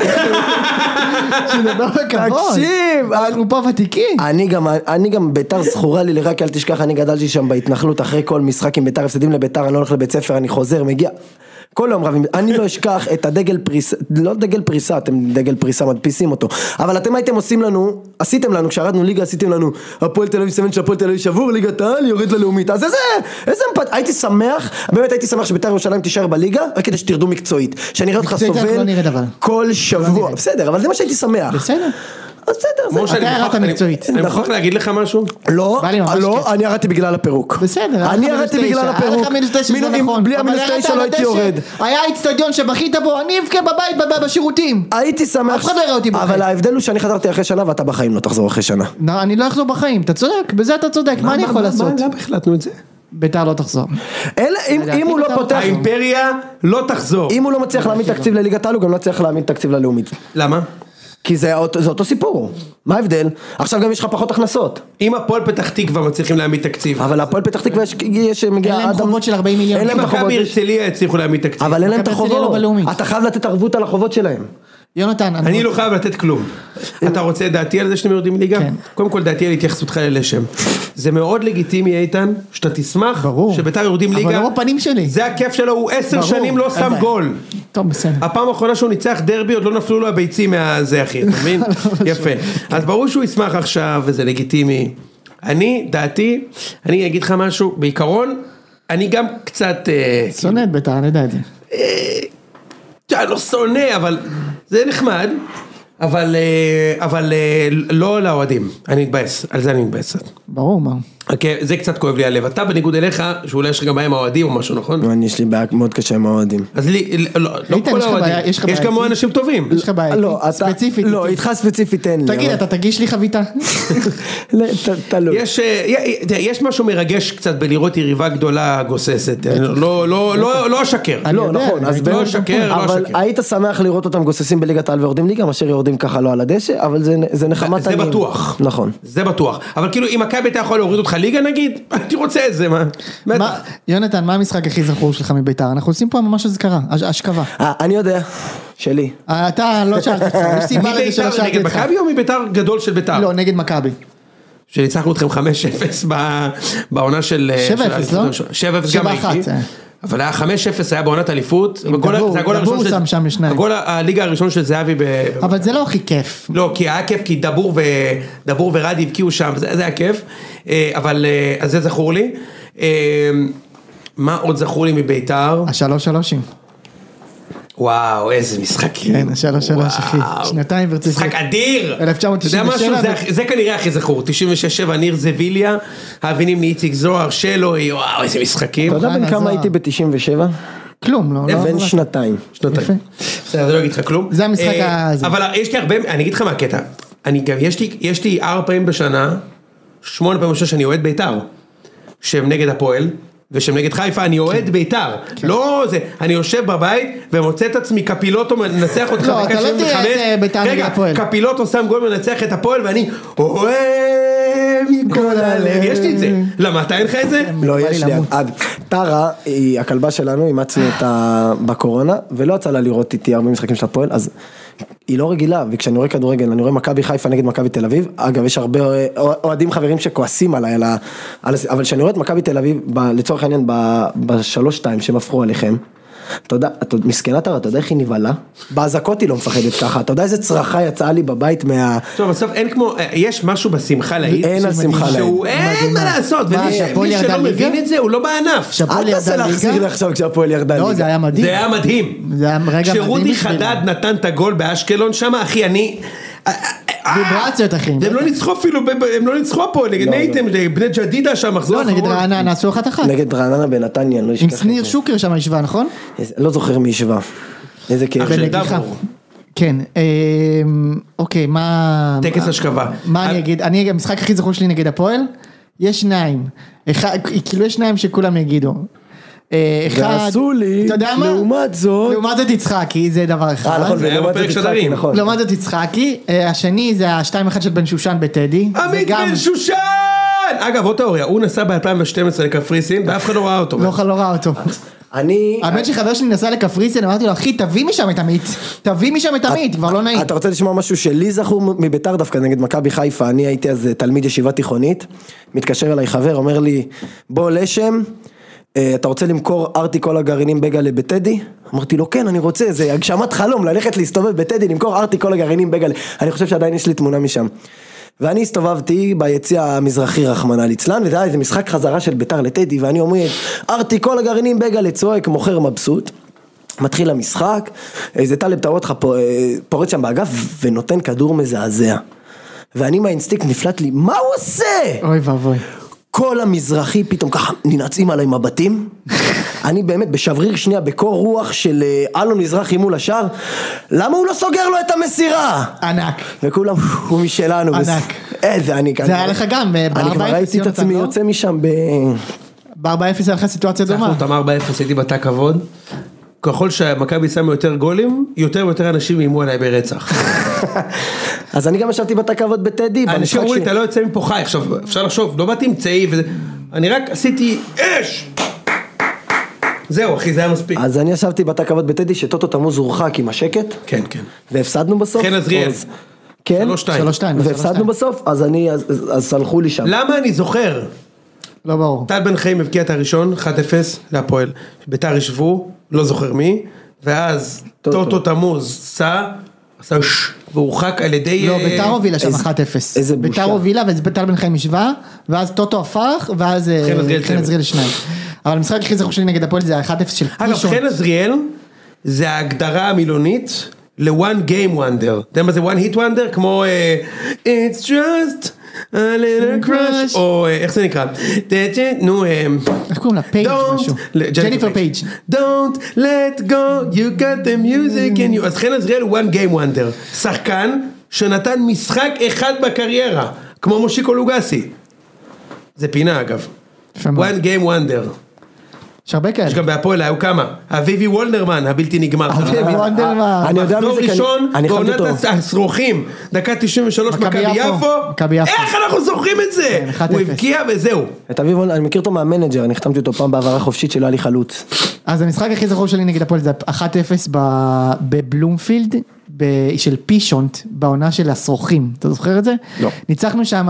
S2: שידבר בכבוד.
S1: תקשיב.
S2: אנחנו פה ותיקים.
S1: אני גם בית"ר זכורה לי לרק, אל תשכח, אני גדלתי שם בהתנחלות, אחרי כל משחק עם בית"ר, הפסדים לבית"ר, אני לא הולך לבית ספר, אני חוזר, מגיע. כל יום רבים, אני לא אשכח את הדגל פריסה, לא דגל פריסה, אתם דגל פריסה מדפיסים אותו, אבל אתם הייתם עושים לנו, עשיתם לנו, כשהרדנו ליגה, עשיתם לנו, הפועל תל אביב סמן שהפועל תל אביב שבור, ליגת העל, יורד ללאומית, אז איזה אמפת, הייתי שמח, באמת הייתי שמח שבית"ר ירושלים תישאר בליגה, רק כדי שתרדו מקצועית, שאני אראה אותך סובל כל שבוע, בסדר, אבל זה מה שהייתי שמח.
S2: בסדר.
S1: בסדר,
S2: אתה ירדת מקצועית.
S3: אני יכול להגיד לך משהו?
S1: לא, אני ירדתי בגלל הפירוק.
S2: בסדר.
S1: אני ירדתי בגלל הפירוק.
S2: היה לך מינוס 9 זה נכון.
S1: בלי המינוס 9 לא הייתי יורד.
S2: היה אצטדיון שבכית בו, אני אבכה בבית בשירותים.
S1: הייתי שמח.
S2: אף אחד לא יראה אותי בחיים.
S1: אבל ההבדל הוא שאני חזרתי אחרי שנה ואתה בחיים לא תחזור אחרי שנה.
S2: אני לא אחזור בחיים, אתה צודק, בזה אתה צודק, מה אני יכול לעשות?
S3: למה החלטנו את זה?
S2: בית"ר לא תחזור.
S1: אם הוא לא פותח...
S3: האימפריה לא תחזור.
S1: אם הוא לא מצליח להעמיד תקציב לליגת העל, הוא גם לא צריך להעמיד תקציב ללאומית.
S3: למה?
S1: כי זה אותו סיפור. מה ההבדל? עכשיו גם יש לך פחות הכנסות.
S3: אם הפועל פתח תקווה מצליחים להעמיד תקציב.
S1: אבל הפועל פתח תקווה יש מגיע...
S2: אין להם חובות של 40 מיליון.
S3: אם מכבי הרצליה הצליחו להעמיד תקציב.
S1: אבל אין להם את החובות. אתה חייב לתת ערבות על החובות שלהם.
S2: יונתן,
S3: אני לא חייב לתת כלום. אתה רוצה דעתי על זה שאתם יורדים ליגה? קודם כל דעתי על התייחסותך ללשם. זה מאוד לגיטימי איתן, שאתה תשמח שבית"ר יורדים ליגה.
S2: אבל לא בפנים שלי.
S3: זה הכיף שלו, הוא 10 שנים לא שם גול.
S2: טוב, בסדר.
S3: הפעם האחרונה שהוא ניצח דרבי, עוד לא נפלו לו הביצים מהזה, אחי, אתה מבין? יפה. אז ברור שהוא ישמח עכשיו, וזה לגיטימי. דעתי, אני אגיד לך משהו, בעיקרון, אני גם קצת...
S2: שונא את בית"ר, אני יודע את זה.
S3: אני לא שונא, אבל זה נחמד, אבל לא לאוהדים, אני מתבאס, על זה אני מתבאס.
S2: ברור, מה?
S3: זה קצת כואב לי הלב, אתה בניגוד אליך, שאולי יש לך גם בעיה עם האוהדים או משהו, נכון?
S1: יש לי בעיה מאוד קשה עם האוהדים.
S3: אז לא כל האוהדים, יש גם אנשים טובים.
S2: יש לך בעיה, ספציפית.
S1: לא, איתך ספציפית אין לי.
S2: תגיד, אתה תגיש לי חביתה?
S1: תלוי.
S3: יש משהו מרגש קצת בלראות יריבה גדולה גוססת, לא אשקר.
S1: לא, נכון,
S3: לא אשקר.
S1: אבל היית שמח לראות אותם גוססים בליגת העל ויורדים ליגה, מאשר יורדים ככה לא על הדשא, אבל זה נחמת
S3: זה בטוח.
S1: נכון.
S3: זה בטוח. אבל כאילו, אם מכבי אתה יכול להוריד אותך ליגה נגיד, הייתי רוצה את זה, מה?
S2: יונתן, מה המשחק הכי זכור שלך מבית"ר? אנחנו עושים פה ממש הזכרה, השכבה.
S1: אני יודע, שלי.
S2: אתה לא שאלת אותך, יש סיבה לזה שלא שאלתי אותך.
S3: נגד מכבי או מבית"ר גדול של בית"ר?
S2: לא, נגד מכבי.
S3: שניצחנו אתכם 5-0 בעונה של...
S2: 7-0, לא?
S3: 7-0 גם הייתי. אבל היה 5-0 היה בעונת אליפות, הגול הליגה הראשון של זהבי.
S2: אבל זה לא הכי כיף.
S3: לא, כי היה כיף, כי דבור ורדי הבקיעו שם, זה היה כיף, אבל אז זה זכור לי. מה עוד זכור לי מבית"ר?
S2: 3-3.
S3: וואו, איזה משחקים.
S2: כן, 3-3 אחי, שנתיים ברציפות.
S3: משחק אדיר.
S2: 1997.
S3: זה כנראה הכי זכור, 96-7, ניר זביליה, האבינים מאיציק זוהר, שלוי, וואו, איזה משחקים.
S1: אתה יודע בין כמה הייתי ב-97?
S2: כלום, לא.
S1: בין שנתיים.
S3: זה לא אגיד לך כלום.
S2: זה המשחק הזה.
S3: אבל יש לי הרבה, אני אגיד לך מה הקטע, יש לי 4 פעמים בשנה, 8 פעמים בשנה שאני אוהד בית"ר, שהם נגד הפועל, ושהם נגד חיפה, אני אוהד בית"ר, לא זה, אני יושב בבית ומוצא את עצמי קפילוטו מנצח אותך,
S2: לא, אתה לא תראה את בית"ר נגד הפועל.
S3: קפילוטו שם גול מנצח את הפועל ואני אוהב מכל הלב, יש לי את זה, למה אתה אין לך את זה?
S1: לא, יש לי, טרה היא הכלבה שלנו, אימצנו אותה בקורונה, ולא יצא לה לראות איתי הרבה משחקים של הפועל, אז היא לא רגילה, וכשאני רואה כדורגל, אני רואה מכבי חיפה נגד מכבי תל אביב, אגב, יש הרבה אוהדים חברים שכועסים עליי, אבל כשאני רואה את מכבי תל אביב, לצורך העניין, ב3-2 שהם הפכו עליכם, אתה יודע, מסכנה טרה, אתה יודע איך היא נבלה? בהזקות היא לא מפחדת ככה, אתה יודע איזה צרחה יצאה לי בבית טוב,
S3: בסוף אין כמו, יש משהו בשמחה להיט,
S1: אין על שמחה להיט.
S3: אין מה לעשות, ומי שלא מבין את זה, הוא לא בענף.
S1: אל תעשה להחזיר לי עכשיו כשהפועל ירדה ליגה.
S2: לא, זה היה מדהים.
S3: זה היה מדהים. כשרודי חדד נתן את הגול באשקלון שם, אחי, אני...
S2: ויברציות אחי.
S3: הם לא ניצחו אפילו, הם לא ניצחו פה, נגד נייתם, בני ג'דידה שם, מחזור
S2: אחרון. לא, נגד רעננה, עשו 1-1.
S1: נגד רעננה בנתניה, לא ישכח.
S2: עם שניר שוקר שם ישבה, נכון?
S1: לא זוכר מי ישבה. איזה כיף.
S3: אח של
S2: בנגיחה.
S3: דבור.
S2: כן, אוקיי, מה...
S3: טקס השכבה.
S2: מה אני אגיד? המשחק הכי זכור שלי נגד הפועל, יש שניים. כאילו יש שניים שכולם יגידו.
S1: ועשו לי,
S2: אתה יודע מה?
S1: לעומת זאת
S2: יצחקי, זה דבר אחד.
S1: נכון,
S3: זה היה
S1: ולעומת
S3: בפרק
S1: זאת
S3: שדרים.
S1: יצחקי, נכון.
S2: לעומת זאת יצחקי, השני זה ה-2-1 של בן שושן בטדי.
S3: עמית בן שושן! אגב, עוד תיאוריה, הוא נסע ב-2012 לקפריסין, ואף אחד לא ראה אותו.
S2: לא ראה אותו. האמת שחבר שלי נסע לקפריסין, אמרתי לו, אחי, תביא משם את עמית, כבר לא נעים.
S1: אתה רוצה לשמוע משהו שלי זכור מביתר דווקא נגד מכבי חיפה, אני הייתי אז תלמיד ישיבה תיכונית, מתקשר אליי חבר, אומר לי, בוא לשם, אתה רוצה למכור ארטי כל הגרעינים בגלה בטדי? אמרתי לו, כן, אני רוצה, זה הגשמת חלום, ללכת להסתובב בטדי, למכור ארטי כל הגרעינים בגלה, אני חושב שעדיין יש לי תמונה משם. ואני הסתובבתי ביציע המזרחי רחמנא ליצלן, וזה היה איזה משחק חזרה של ביתר לטדי, ואני אומר, ארטי כל הגרעינים בגלה צועק, מוכר מבסוט, מתחיל המשחק, איזה טלב תאורתך פורט שם באגף, ונותן כדור מזעזע. ואני מהאינסטינקט נפלט לי, מה הוא עושה?
S2: אוי ואבוי.
S1: כל המזרחי פתאום ככה ננעצים עליי מבטים, אני באמת בשבריר שנייה בקור רוח של אלון מזרחי מול השאר, למה הוא לא סוגר לו את המסירה?
S2: ענק.
S1: וכולם, הוא משלנו.
S2: ענק.
S1: איזה אני כאן.
S2: זה היה לך גם,
S1: אני כבר ראיתי את עצמי יוצא משם
S2: ב-4-0 היה לך סיטואציה דומה.
S3: אנחנו תמר 4-0 הייתי בתא כבוד, ככל שמכבי שמו יותר גולים, יותר ויותר אנשים אימו עליי ברצח.
S1: אז אני גם ישבתי בתא כבוד בטדי.
S3: אנשים אמרו לי, אתה לא יוצא מפה חי, עכשיו אפשר לחשוב, לא באתי עם צעי, אני רק עשיתי אש! זהו אחי, זה היה מספיק.
S1: אז אני ישבתי בתא כבוד בטדי שטוטו תמוז הורחק עם השקט.
S3: כן, כן.
S1: והפסדנו בסוף.
S3: חן עזריאל.
S1: כן.
S3: 3-2.
S1: והפסדנו בסוף, אז סלחו לי שם.
S3: למה אני זוכר?
S2: לא ברור.
S3: טל בן חיים הבקיע את הראשון, 1-0 להפועל. ביתר ישבו, לא זוכר מי, ואז טוטו תמוז עשה והורחק על ידי...
S2: לא, ביתר הובילה שם 1-0.
S1: איזה בושה.
S2: ביתר הובילה, ואז טל בן חיים ישבה, ואז טוטו הפך, ואז חן עזריאל 2. אבל המשחק הכי זכור שלי נגד הפועל זה 1-0 של פישון.
S3: אגב, חן עזריאל זה ההגדרה המילונית ל-one game wonder. אתה יודע מה זה one hit wonder? כמו It's just a little crush, או איך זה נקרא? נו,
S2: איך קוראים לה? פייג' משהו. ג'ניפר פייג'.
S3: Don't let go, you got the music in you. אז חן עזריאל הוא one game wonder. שחקן שנתן משחק אחד בקריירה, כמו מושיקו לוגסי. זה פינה אגב. one game wonder.
S2: יש הרבה כאלה.
S3: יש גם בהפועל, היו כמה? אביבי וולדרמן, הבלתי נגמר.
S2: אביבי וולדרמן.
S1: אני יודע מי זה,
S3: מחזור ראשון,
S1: אני חמד
S3: בעונת
S1: אותו.
S3: הסרוכים, דקה 93 מכבי יפו. איך אנחנו זוכרים את זה? הוא הבקיע וזהו.
S1: את אביב וולדרמן, אני מכיר אותו מהמנג'ר, אני חתמתי אותו פעם בעברה חופשית שלא היה לי חלוץ.
S2: אז המשחק הכי זכור שלי נגד הפועל זה 1-0 בבלומפילד, של פישונט, בעונה של הסרוכים, אתה זוכר את זה?
S1: לא.
S2: ניצחנו שם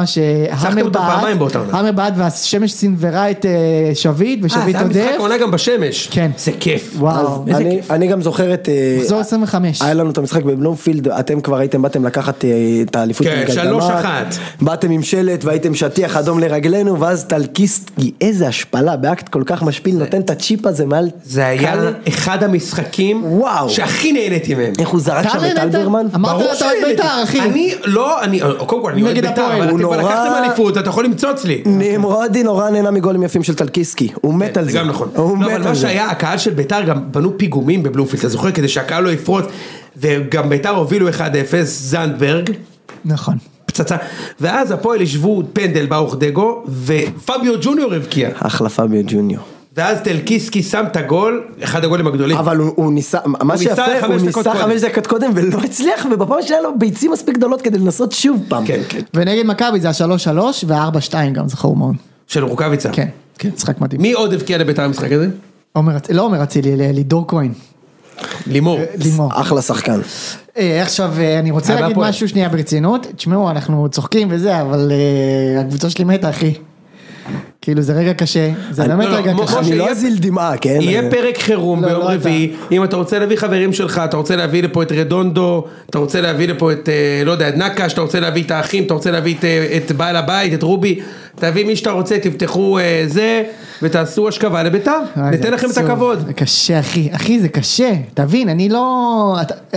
S2: שהמר בעד והשמש סינברה את שביט, ושביט
S3: זה
S2: עודף.
S3: המשחק עונה גם בשמש.
S2: כן.
S3: זה כיף.
S2: וואו.
S1: אני גם זוכר את...
S2: מחזור 25.
S1: היה לנו את המשחק בבלומפילד, אתם כבר באתם לקחת את האליפות.
S3: כן, 3-1.
S1: באתם עם שלט והייתם שטיח אדום לרגלינו, ואז טלקיסטי, איזה השפלה, באקט כל כך משפיל, נותן את הצ'יפ הזה מעל...
S3: זה היה אחד המשחקים שהכי נהניתי מהם.
S1: איך הוא זרק שם את אלברמן?
S2: אמרת לה אתה עוד ביתר, אחי.
S3: קודם כל אני אוהד ביתר, אבל אתם לקחתם אליפות, אתה יכול למצוא אצלי.
S1: נמרודי נורא נהנה מגולים יפים של טלקיסקי, הוא מת על זה.
S3: זה גם נכון. אבל מה שהיה, הקהל של ביתר גם בנו פיגומים בבלומפילד, אתה זוכר, כדי שהקהל לא יפרוץ, וגם ביתר הובילו 1-0, זנדברג.
S2: נכון.
S3: פצצה, ואז הפועל ישבו פנדל באוך דגו, ופביו ג'וניור הבקיע.
S1: אחלה פביו ג'וניור.
S3: ואז טלקיסקי שם את הגול, אחד הגולים הגדולים.
S1: אבל הוא ניסה, מה שיפה, הוא ניסה 5 דקות קודם ולא הצליח, ובפעם שהיה לו ביצים מספיק גדולות כדי לנסות שוב פעם.
S3: כן, כן.
S2: ונגד מכבי זה 3-3 ו4-2 גם, זכור מאוד.
S3: של רוקאביצה.
S2: כן, משחק מדהים.
S3: מי עוד הבקיע לביתר המשחק הזה?
S2: לא עומר אצילי, לידור כהן.
S3: לימור.
S1: אחלה שחקן.
S2: עכשיו אני רוצה להגיד משהו שנייה ברצינות, תשמעו אנחנו צוחקים וזה, אבל הקבוצה שלי מתה אחי. כאילו זה רגע קשה, זה באמת רגע קשה.
S1: אני לא אזיל דמעה, כן?
S3: יהיה פרק חירום ביום רביעי, אם אתה רוצה להביא חברים שלך, אתה רוצה להביא לפה את רדונדו, אתה רוצה להביא לפה את, לא יודע, את נקש, אתה רוצה להביא את האחים, אתה רוצה להביא את בעל הבית, את רובי, תביא מי שאתה רוצה, תפתחו זה, ותעשו השכבה לביתר, ניתן לכם את הכבוד.
S2: זה קשה אחי, זה קשה, תבין, אני לא,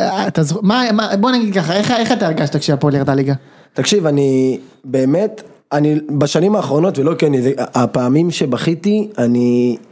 S2: בוא נגיד ככה, איך אתה הרגשת כשהפועל ירדה ליגה?
S1: תקשיב, אני באמת, אני בשנים האחרונות, ולא כן, הפעמים שבכיתי, אני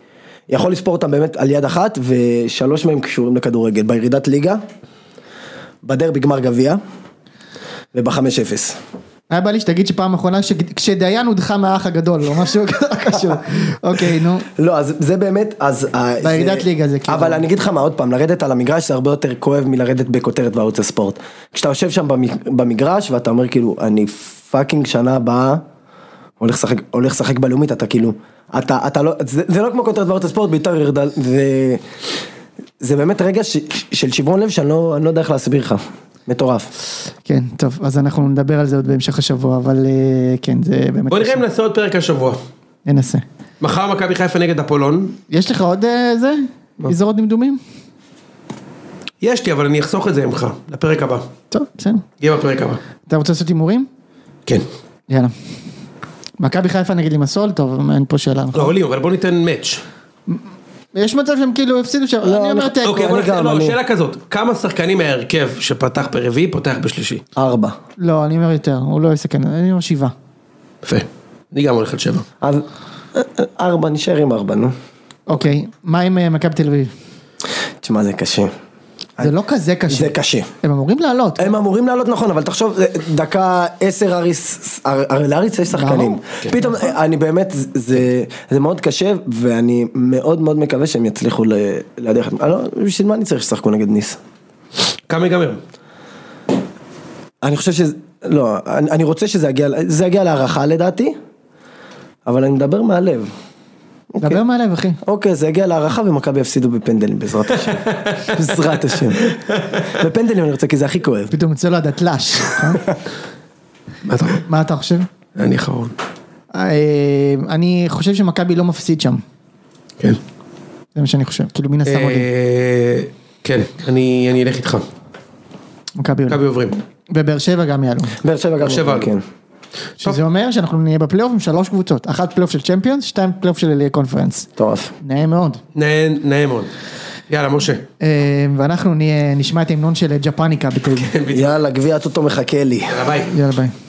S1: יכול לספור אותם באמת על יד אחת, ושלוש מהם קשורים לכדורגל, בירידת ליגה, בדרבי גמר גביע, וב-5-0.
S2: היה בא לי שתגיד שפעם האחרונה כשדיין הודחה מהאח הגדול, או משהו קשור. אוקיי, נו.
S1: לא, אז זה באמת, אז...
S2: בירידת ליגה זה כאילו.
S1: אבל אני אגיד לך מה, עוד פעם, לרדת על המגרש זה הרבה יותר כואב מלרדת בכותרת בערוץ הספורט. כשאתה יושב שם במגרש, ואתה אומר כאילו, אני פאקינג שנה הבאה, הולך לשחק בלאומית, אתה כאילו, אתה לא, זה לא כמו כותרת בערוץ הספורט, בית"ר ירדל, זה באמת רגע של שברון לב, שאני לא יודע איך להסביר לך. מטורף.
S2: כן, טוב, אז אנחנו נדבר על זה עוד בהמשך השבוע, אבל כן, זה באמת...
S3: בוא נראה אם נעשה עוד פרק השבוע.
S2: ננסה.
S3: מחר מכבי חיפה נגד אפולון.
S2: יש לך עוד זה? אזורות דמדומים?
S3: יש לי, אבל אני אחסוך את זה ממך, לפרק הבא.
S2: טוב, בסדר.
S3: יהיה בפרק הבא.
S2: אתה רוצה לעשות הימורים?
S3: כן.
S2: יאללה. מכבי חיפה נגד לימסול, טוב, אין פה שאלה.
S3: לא, עולים, אבל בוא ניתן מאץ'.
S2: יש מצב שהם כאילו הפסידו שם, אני אומר תיקו.
S3: אוקיי, לא, שאלה כזאת, כמה שחקנים מההרכב שפתח ברביעי, פותח בשלישי?
S1: 4.
S2: לא, אני אומר יותר, הוא לא יסכן, אני אומר 7.
S3: יפה, אני גם הולך על 7.
S1: אז 4, נשאר עם 4, נו.
S2: אוקיי, מה עם מכבי תל אביב?
S1: תשמע, זה קשה.
S2: זה לא כזה קשה.
S1: זה קשה.
S2: הם אמורים לעלות.
S1: הם אמורים לעלות נכון, אבל תחשוב, דקה 10 לאריס יש שחקנים. פתאום, אני באמת, זה מאוד קשה, ואני מאוד מאוד מקווה שהם יצליחו להדיח. בשביל מה אני צריך ששחקו נגד ניס?
S3: כמה ייגמר?
S1: אני חושב שזה, לא, אני רוצה שזה יגיע להערכה לדעתי, אבל אני מדבר מהלב.
S2: דבר מהלב, אחי.
S1: אוקיי, זה הגיע להערכה ומכבי יפסידו בפנדלים, בעזרת השם. בעזרת השם. בפנדלים אני רוצה, כי זה הכי כואב.
S2: פתאום יוצא לו הדתל"ש. מה אתה חושב?
S3: אני אחרון.
S2: אני חושב שמכבי לא מפסיד שם.
S3: כן.
S2: זה מה שאני חושב, כאילו מן הסתם עולים.
S3: כן, אני אלך איתך.
S2: מכבי
S3: עוברים.
S2: ובאר שבע גם יעלו.
S1: באר שבע גם יעלו, כן.
S2: שזה אומר שאנחנו נהיה בפלייאוף עם 3 קבוצות, 1 פלייאוף של צ'מפיונס, 2 פלייאוף של קונפרנס.
S1: טוב.
S2: נעים מאוד.
S3: נעים מאוד. יאללה, משה.
S2: ואנחנו נשמע את ההמנון של ג'פניקה בטבע.
S1: יאללה, גביע טוטו מחכה לי.
S3: יאללה, ביי.
S2: יאללה, ביי.